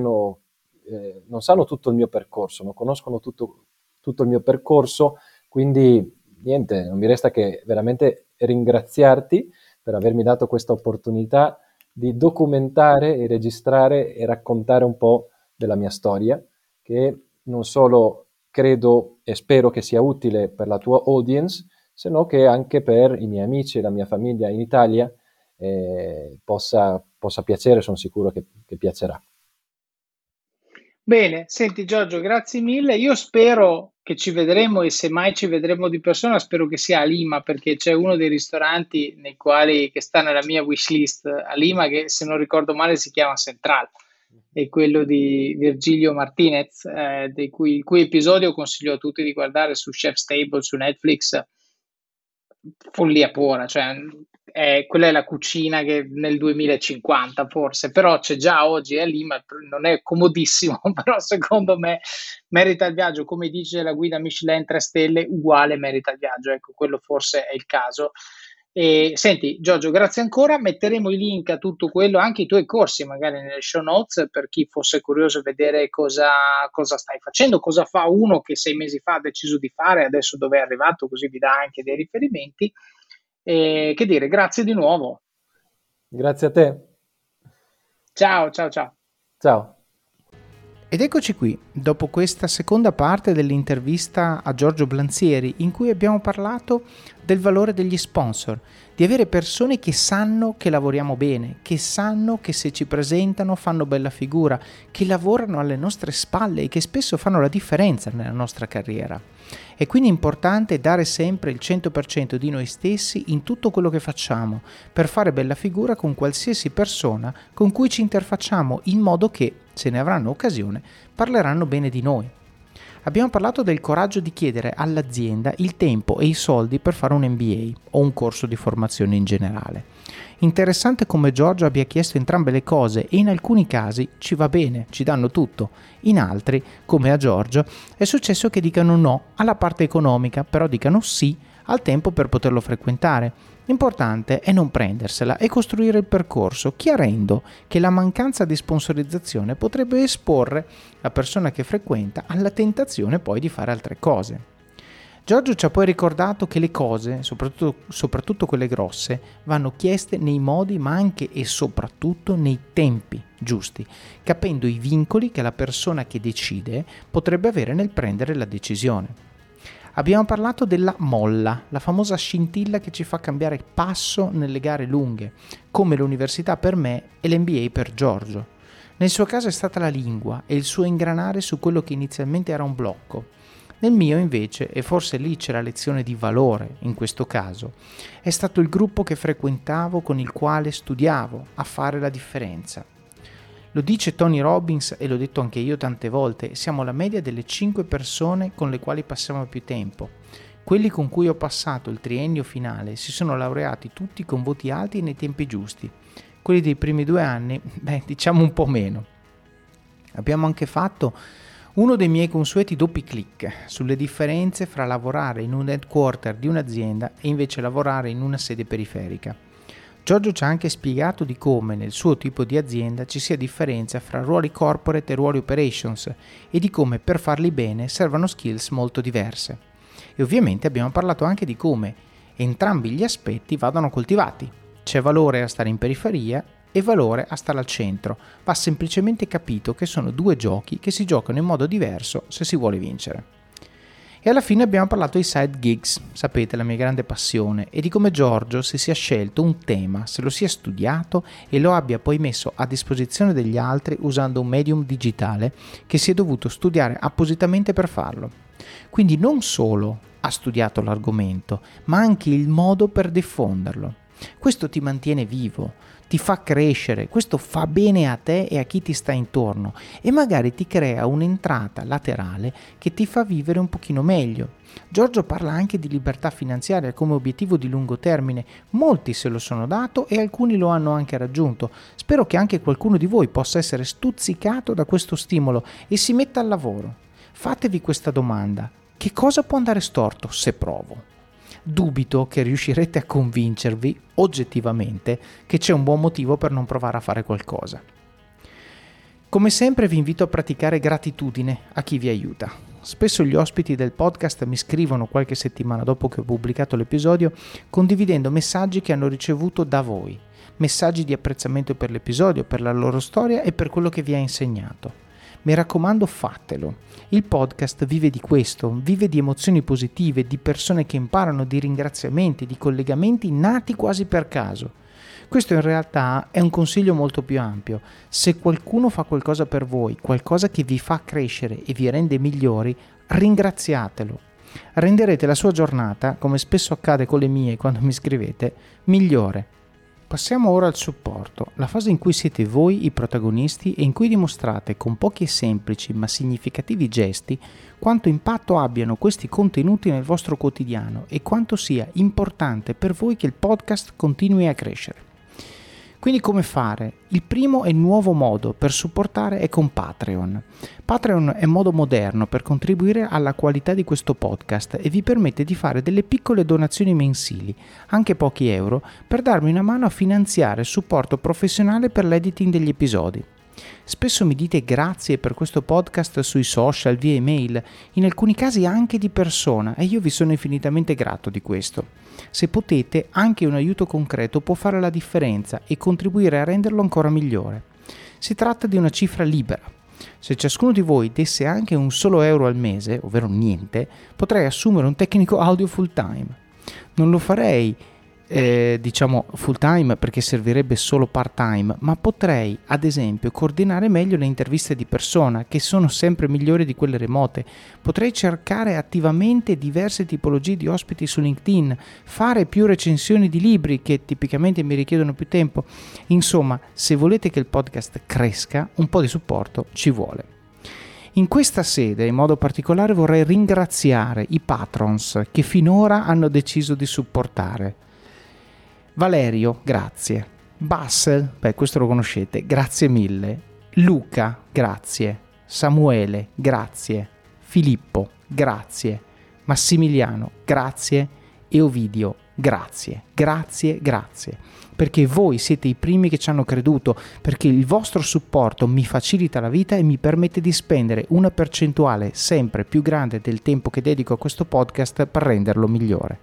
tutto il mio percorso, non conoscono tutto il mio percorso, quindi niente, non mi resta che veramente ringraziarti per avermi dato questa opportunità di documentare e registrare e raccontare un po' della mia storia, che non solo credo e spero che sia utile per la tua audience, se no che anche per i miei amici e la mia famiglia in Italia possa piacere, sono sicuro che piacerà. Bene, senti Giorgio, grazie mille. Io spero che ci vedremo e se mai ci vedremo di persona, spero che sia a Lima, perché c'è uno dei ristoranti che sta nella mia wishlist a Lima, che se non ricordo male si chiama Central, è quello di Virgilio Martinez, il cui episodio consiglio a tutti di guardare su Chef's Table su Netflix. Follia pura, cioè quella è la cucina che nel 2050 forse, però c'è già oggi a Lima, non è comodissimo, però secondo me merita il viaggio, come dice la guida Michelin 3 stelle, uguale merita il viaggio, ecco, quello forse è il caso. E, senti Giorgio, grazie ancora, metteremo i link a tutto quello, anche i tuoi corsi magari nelle show notes per chi fosse curioso di vedere cosa stai facendo, cosa fa uno che 6 mesi fa ha deciso di fare, adesso dove è arrivato, così vi dà anche dei riferimenti. E, che dire, grazie di nuovo. Grazie a te. Ciao, ciao, ciao. Ciao. Ed eccoci qui, dopo questa seconda parte dell'intervista a Giorgio Blanzieri, in cui abbiamo parlato del valore degli sponsor, di avere persone che sanno che lavoriamo bene, che sanno che se ci presentano fanno bella figura, che lavorano alle nostre spalle e che spesso fanno la differenza nella nostra carriera. È quindi importante dare sempre il 100% di noi stessi in tutto quello che facciamo, per fare bella figura con qualsiasi persona con cui ci interfacciamo, in modo che, se ne avranno occasione, parleranno bene di noi. Abbiamo parlato del coraggio di chiedere all'azienda il tempo e i soldi per fare un MBA o un corso di formazione in generale. Interessante come Giorgio abbia chiesto entrambe le cose e in alcuni casi ci va bene, ci danno tutto. In altri, come a Giorgio, è successo che dicano no alla parte economica, però dicano sì al tempo per poterlo frequentare. L'importante è non prendersela e costruire il percorso, chiarendo che la mancanza di sponsorizzazione potrebbe esporre la persona che frequenta alla tentazione poi di fare altre cose. Giorgio ci ha poi ricordato che le cose, soprattutto quelle grosse, vanno chieste nei modi ma anche e soprattutto nei tempi giusti, capendo i vincoli che la persona che decide potrebbe avere nel prendere la decisione. Abbiamo parlato della molla, la famosa scintilla che ci fa cambiare passo nelle gare lunghe, come l'università per me e l'NBA per Giorgio. Nel suo caso è stata la lingua e il suo ingranare su quello che inizialmente era un blocco. Nel mio invece, e forse lì c'è la lezione di valore in questo caso, è stato il gruppo che frequentavo con il quale studiavo a fare la differenza. Lo dice Tony Robbins e l'ho detto anche io tante volte, siamo la media delle 5 persone con le quali passiamo più tempo. Quelli con cui ho passato il triennio finale si sono laureati tutti con voti alti e nei tempi giusti. Quelli dei primi 2 anni, diciamo un po' meno. Abbiamo anche fatto uno dei miei consueti doppi click sulle differenze fra lavorare in un headquarter di un'azienda e invece lavorare in una sede periferica. Giorgio ci ha anche spiegato di come nel suo tipo di azienda ci sia differenza fra ruoli corporate e ruoli operations e di come per farli bene servano skills molto diverse. E ovviamente abbiamo parlato anche di come entrambi gli aspetti vadano coltivati. C'è valore a stare in periferia e valore a stare al centro. Va semplicemente capito che sono 2 giochi che si giocano in modo diverso se si vuole vincere. E alla fine abbiamo parlato di side gigs, sapete, la mia grande passione, e di come Giorgio si sia scelto un tema, se lo sia studiato e lo abbia poi messo a disposizione degli altri usando un medium digitale che si è dovuto studiare appositamente per farlo. Quindi non solo ha studiato l'argomento, ma anche il modo per diffonderlo. Questo ti mantiene vivo, ti fa crescere, questo fa bene a te e a chi ti sta intorno e magari ti crea un'entrata laterale che ti fa vivere un pochino meglio. Giorgio parla anche di libertà finanziaria come obiettivo di lungo termine, molti se lo sono dato e alcuni lo hanno anche raggiunto. Spero che anche qualcuno di voi possa essere stuzzicato da questo stimolo e si metta al lavoro. Fatevi questa domanda: che cosa può andare storto se provo? Dubito che riuscirete a convincervi oggettivamente che c'è un buon motivo per non provare a fare qualcosa. Come sempre vi invito a praticare gratitudine a chi vi aiuta. Spesso gli ospiti del podcast mi scrivono qualche settimana dopo che ho pubblicato l'episodio condividendo messaggi che hanno ricevuto da voi, messaggi di apprezzamento per l'episodio, per la loro storia e per quello che vi ha insegnato. Mi raccomando, fatelo. Il podcast vive di questo, vive di emozioni positive, di persone che imparano, di ringraziamenti, di collegamenti nati quasi per caso. Questo in realtà è un consiglio molto più ampio. Se qualcuno fa qualcosa per voi, qualcosa che vi fa crescere e vi rende migliori, ringraziatelo. Renderete la sua giornata, come spesso accade con le mie quando mi scrivete, migliore. Passiamo ora al supporto, la fase in cui siete voi i protagonisti e in cui dimostrate con pochi e semplici ma significativi gesti quanto impatto abbiano questi contenuti nel vostro quotidiano e quanto sia importante per voi che il podcast continui a crescere. Quindi come fare? Il primo e nuovo modo per supportare è con Patreon. Patreon è un modo moderno per contribuire alla qualità di questo podcast e vi permette di fare delle piccole donazioni mensili, anche pochi euro, per darmi una mano a finanziare il supporto professionale per l'editing degli episodi. Spesso mi dite grazie per questo podcast sui social, via email, in alcuni casi anche di persona, e io vi sono infinitamente grato di questo. Se potete, anche un aiuto concreto può fare la differenza e contribuire a renderlo ancora migliore. Si tratta di una cifra libera. Se ciascuno di voi desse anche un solo euro al mese, ovvero niente, potrei assumere un tecnico audio full time. Non lo farei full time perché servirebbe solo part time, ma potrei ad esempio coordinare meglio le interviste di persona, che sono sempre migliori di quelle remote. Potrei cercare attivamente diverse tipologie di ospiti su LinkedIn, fare più recensioni di libri che tipicamente mi richiedono più tempo. Insomma, se volete che il podcast cresca, un po' di supporto ci vuole. In questa sede, in modo particolare, vorrei ringraziare i patrons che finora hanno deciso di supportare. Valerio, grazie. Bassel, questo lo conoscete, grazie mille. Luca, grazie. Samuele, grazie. Filippo, grazie. Massimiliano, grazie. e Ovidio, grazie, perché voi siete i primi che ci hanno creduto, perché il vostro supporto mi facilita la vita e mi permette di spendere una percentuale sempre più grande del tempo che dedico a questo podcast per renderlo migliore.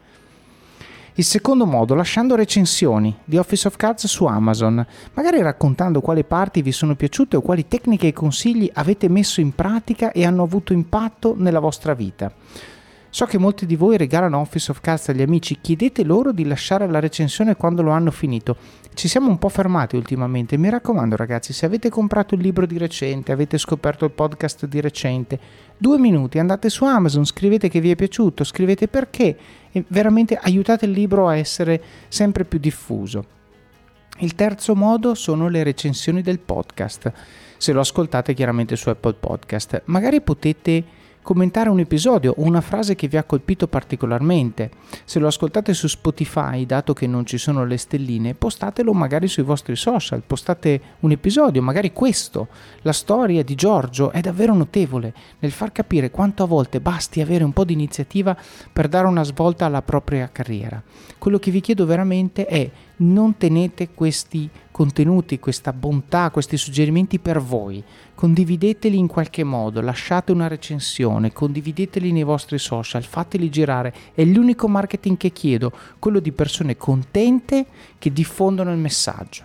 Il secondo modo, lasciando recensioni di Office of Cards su Amazon, magari raccontando quali parti vi sono piaciute o quali tecniche e consigli avete messo in pratica e hanno avuto impatto nella vostra vita. So che molti di voi regalano Office of Cards agli amici, chiedete loro di lasciare la recensione quando lo hanno finito. Ci siamo un po' fermati ultimamente, mi raccomando ragazzi, se avete comprato il libro di recente, avete scoperto il podcast di recente, 2 minuti, andate su Amazon, scrivete che vi è piaciuto, scrivete perché e veramente aiutate il libro a essere sempre più diffuso. Il terzo modo sono le recensioni del podcast. Se lo ascoltate chiaramente su Apple Podcast, magari potete commentare un episodio o una frase che vi ha colpito particolarmente. Se lo ascoltate su Spotify, dato che non ci sono le stelline, postatelo magari sui vostri social, postate un episodio, magari questo. La storia di Giorgio è davvero notevole nel far capire quanto a volte basti avere un po' di iniziativa per dare una svolta alla propria carriera. Quello che vi chiedo veramente è: non tenete questi contenuti, questa bontà, questi suggerimenti per voi, condivideteli in qualche modo, lasciate una recensione, condivideteli nei vostri social, fateli girare. È l'unico marketing che chiedo, quello di persone contente che diffondono il messaggio.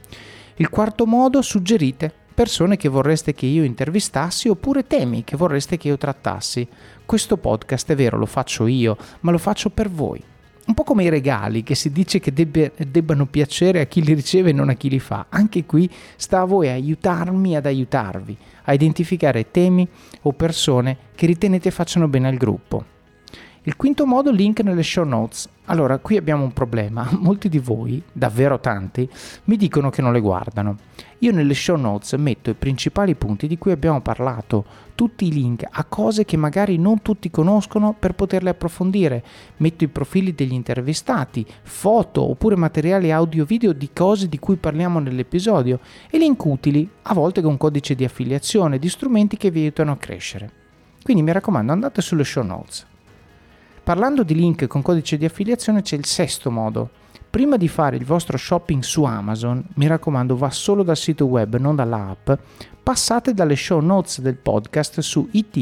Il quarto modo, suggerite persone che vorreste che io intervistassi oppure temi che vorreste che io trattassi. Questo podcast, è vero, lo faccio io, ma lo faccio per voi. Un po' come i regali, che si dice che debbano piacere a chi li riceve e non a chi li fa. Anche qui sta a voi aiutarmi ad aiutarvi, a identificare temi o persone che ritenete facciano bene al gruppo. Il quinto modo, link nelle show notes. Allora, qui abbiamo un problema. Molti di voi, davvero tanti, mi dicono che non le guardano. Io nelle show notes metto i principali punti di cui abbiamo parlato, tutti i link a cose che magari non tutti conoscono per poterle approfondire. Metto i profili degli intervistati, foto oppure materiali audio-video di cose di cui parliamo nell'episodio e link utili, a volte con codice di affiliazione, di strumenti che vi aiutano a crescere. Quindi mi raccomando, andate sulle show notes. Parlando di link con codice di affiliazione c'è il sesto modo. Prima di fare il vostro shopping su Amazon, mi raccomando, va solo dal sito web, non dall'app, passate dalle show notes del podcast su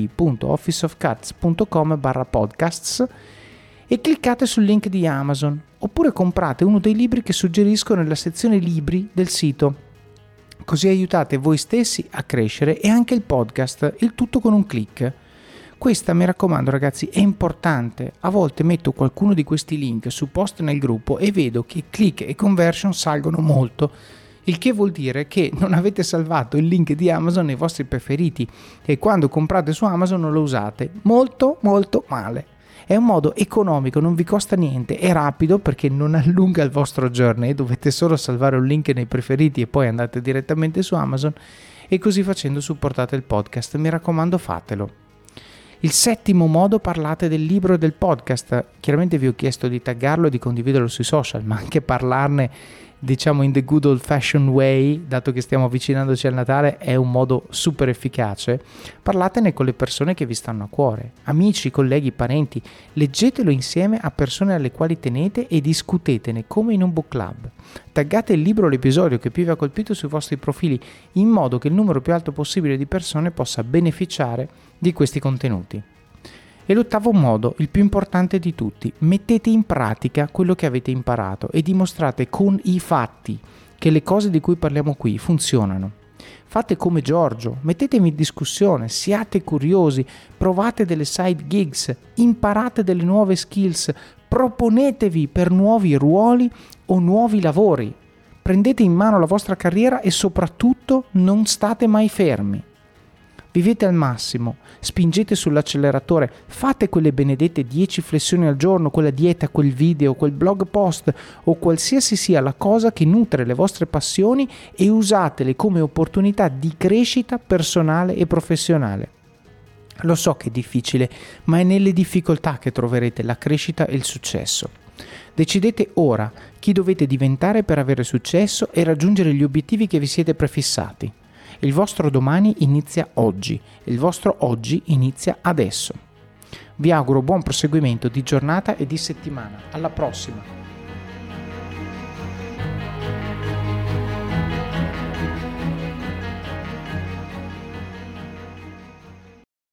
it.officeofcards.com/podcasts e cliccate sul link di Amazon, oppure comprate uno dei libri che suggerisco nella sezione libri del sito. Così aiutate voi stessi a crescere e anche il podcast, il tutto con un click. Questa, mi raccomando ragazzi, è importante. A volte metto qualcuno di questi link su post nel gruppo e vedo che click e conversion salgono molto, il che vuol dire che non avete salvato il link di Amazon nei vostri preferiti e quando comprate su Amazon non lo usate. Molto male. È un modo economico, non vi costa niente, è rapido perché non allunga il vostro journey, dovete solo salvare un link nei preferiti e poi andate direttamente su Amazon e così facendo supportate il podcast. Mi raccomando, fatelo. Il settimo modo, parlate del libro e del podcast. Chiaramente vi ho chiesto di taggarlo e di condividerlo sui social, ma anche parlarne, diciamo, in the good old fashioned way, dato che stiamo avvicinandoci al Natale, è un modo super efficace. Parlatene con le persone che vi stanno a cuore, amici, colleghi, parenti. Leggetelo insieme a persone alle quali tenete e discutetene come in un book club. Taggate il libro o l'episodio che più vi ha colpito sui vostri profili, in modo che il numero più alto possibile di persone possa beneficiare di questi contenuti. E l'ottavo modo, il più importante di tutti, mettete in pratica quello che avete imparato e dimostrate con i fatti che le cose di cui parliamo qui funzionano. Fate come Giorgio, mettetevi in discussione, siate curiosi, provate delle side gigs, imparate delle nuove skills, proponetevi per nuovi ruoli o nuovi lavori. Prendete in mano la vostra carriera e soprattutto non state mai fermi. Vivete al massimo, spingete sull'acceleratore, fate quelle benedette 10 flessioni al giorno, quella dieta, quel video, quel blog post o qualsiasi sia la cosa che nutre le vostre passioni e usatele come opportunità di crescita personale e professionale. Lo so che è difficile, ma è nelle difficoltà che troverete la crescita e il successo. Decidete ora chi dovete diventare per avere successo e raggiungere gli obiettivi che vi siete prefissati. Il vostro domani inizia oggi, il vostro oggi inizia adesso. Vi auguro buon proseguimento di giornata e di settimana. Alla prossima!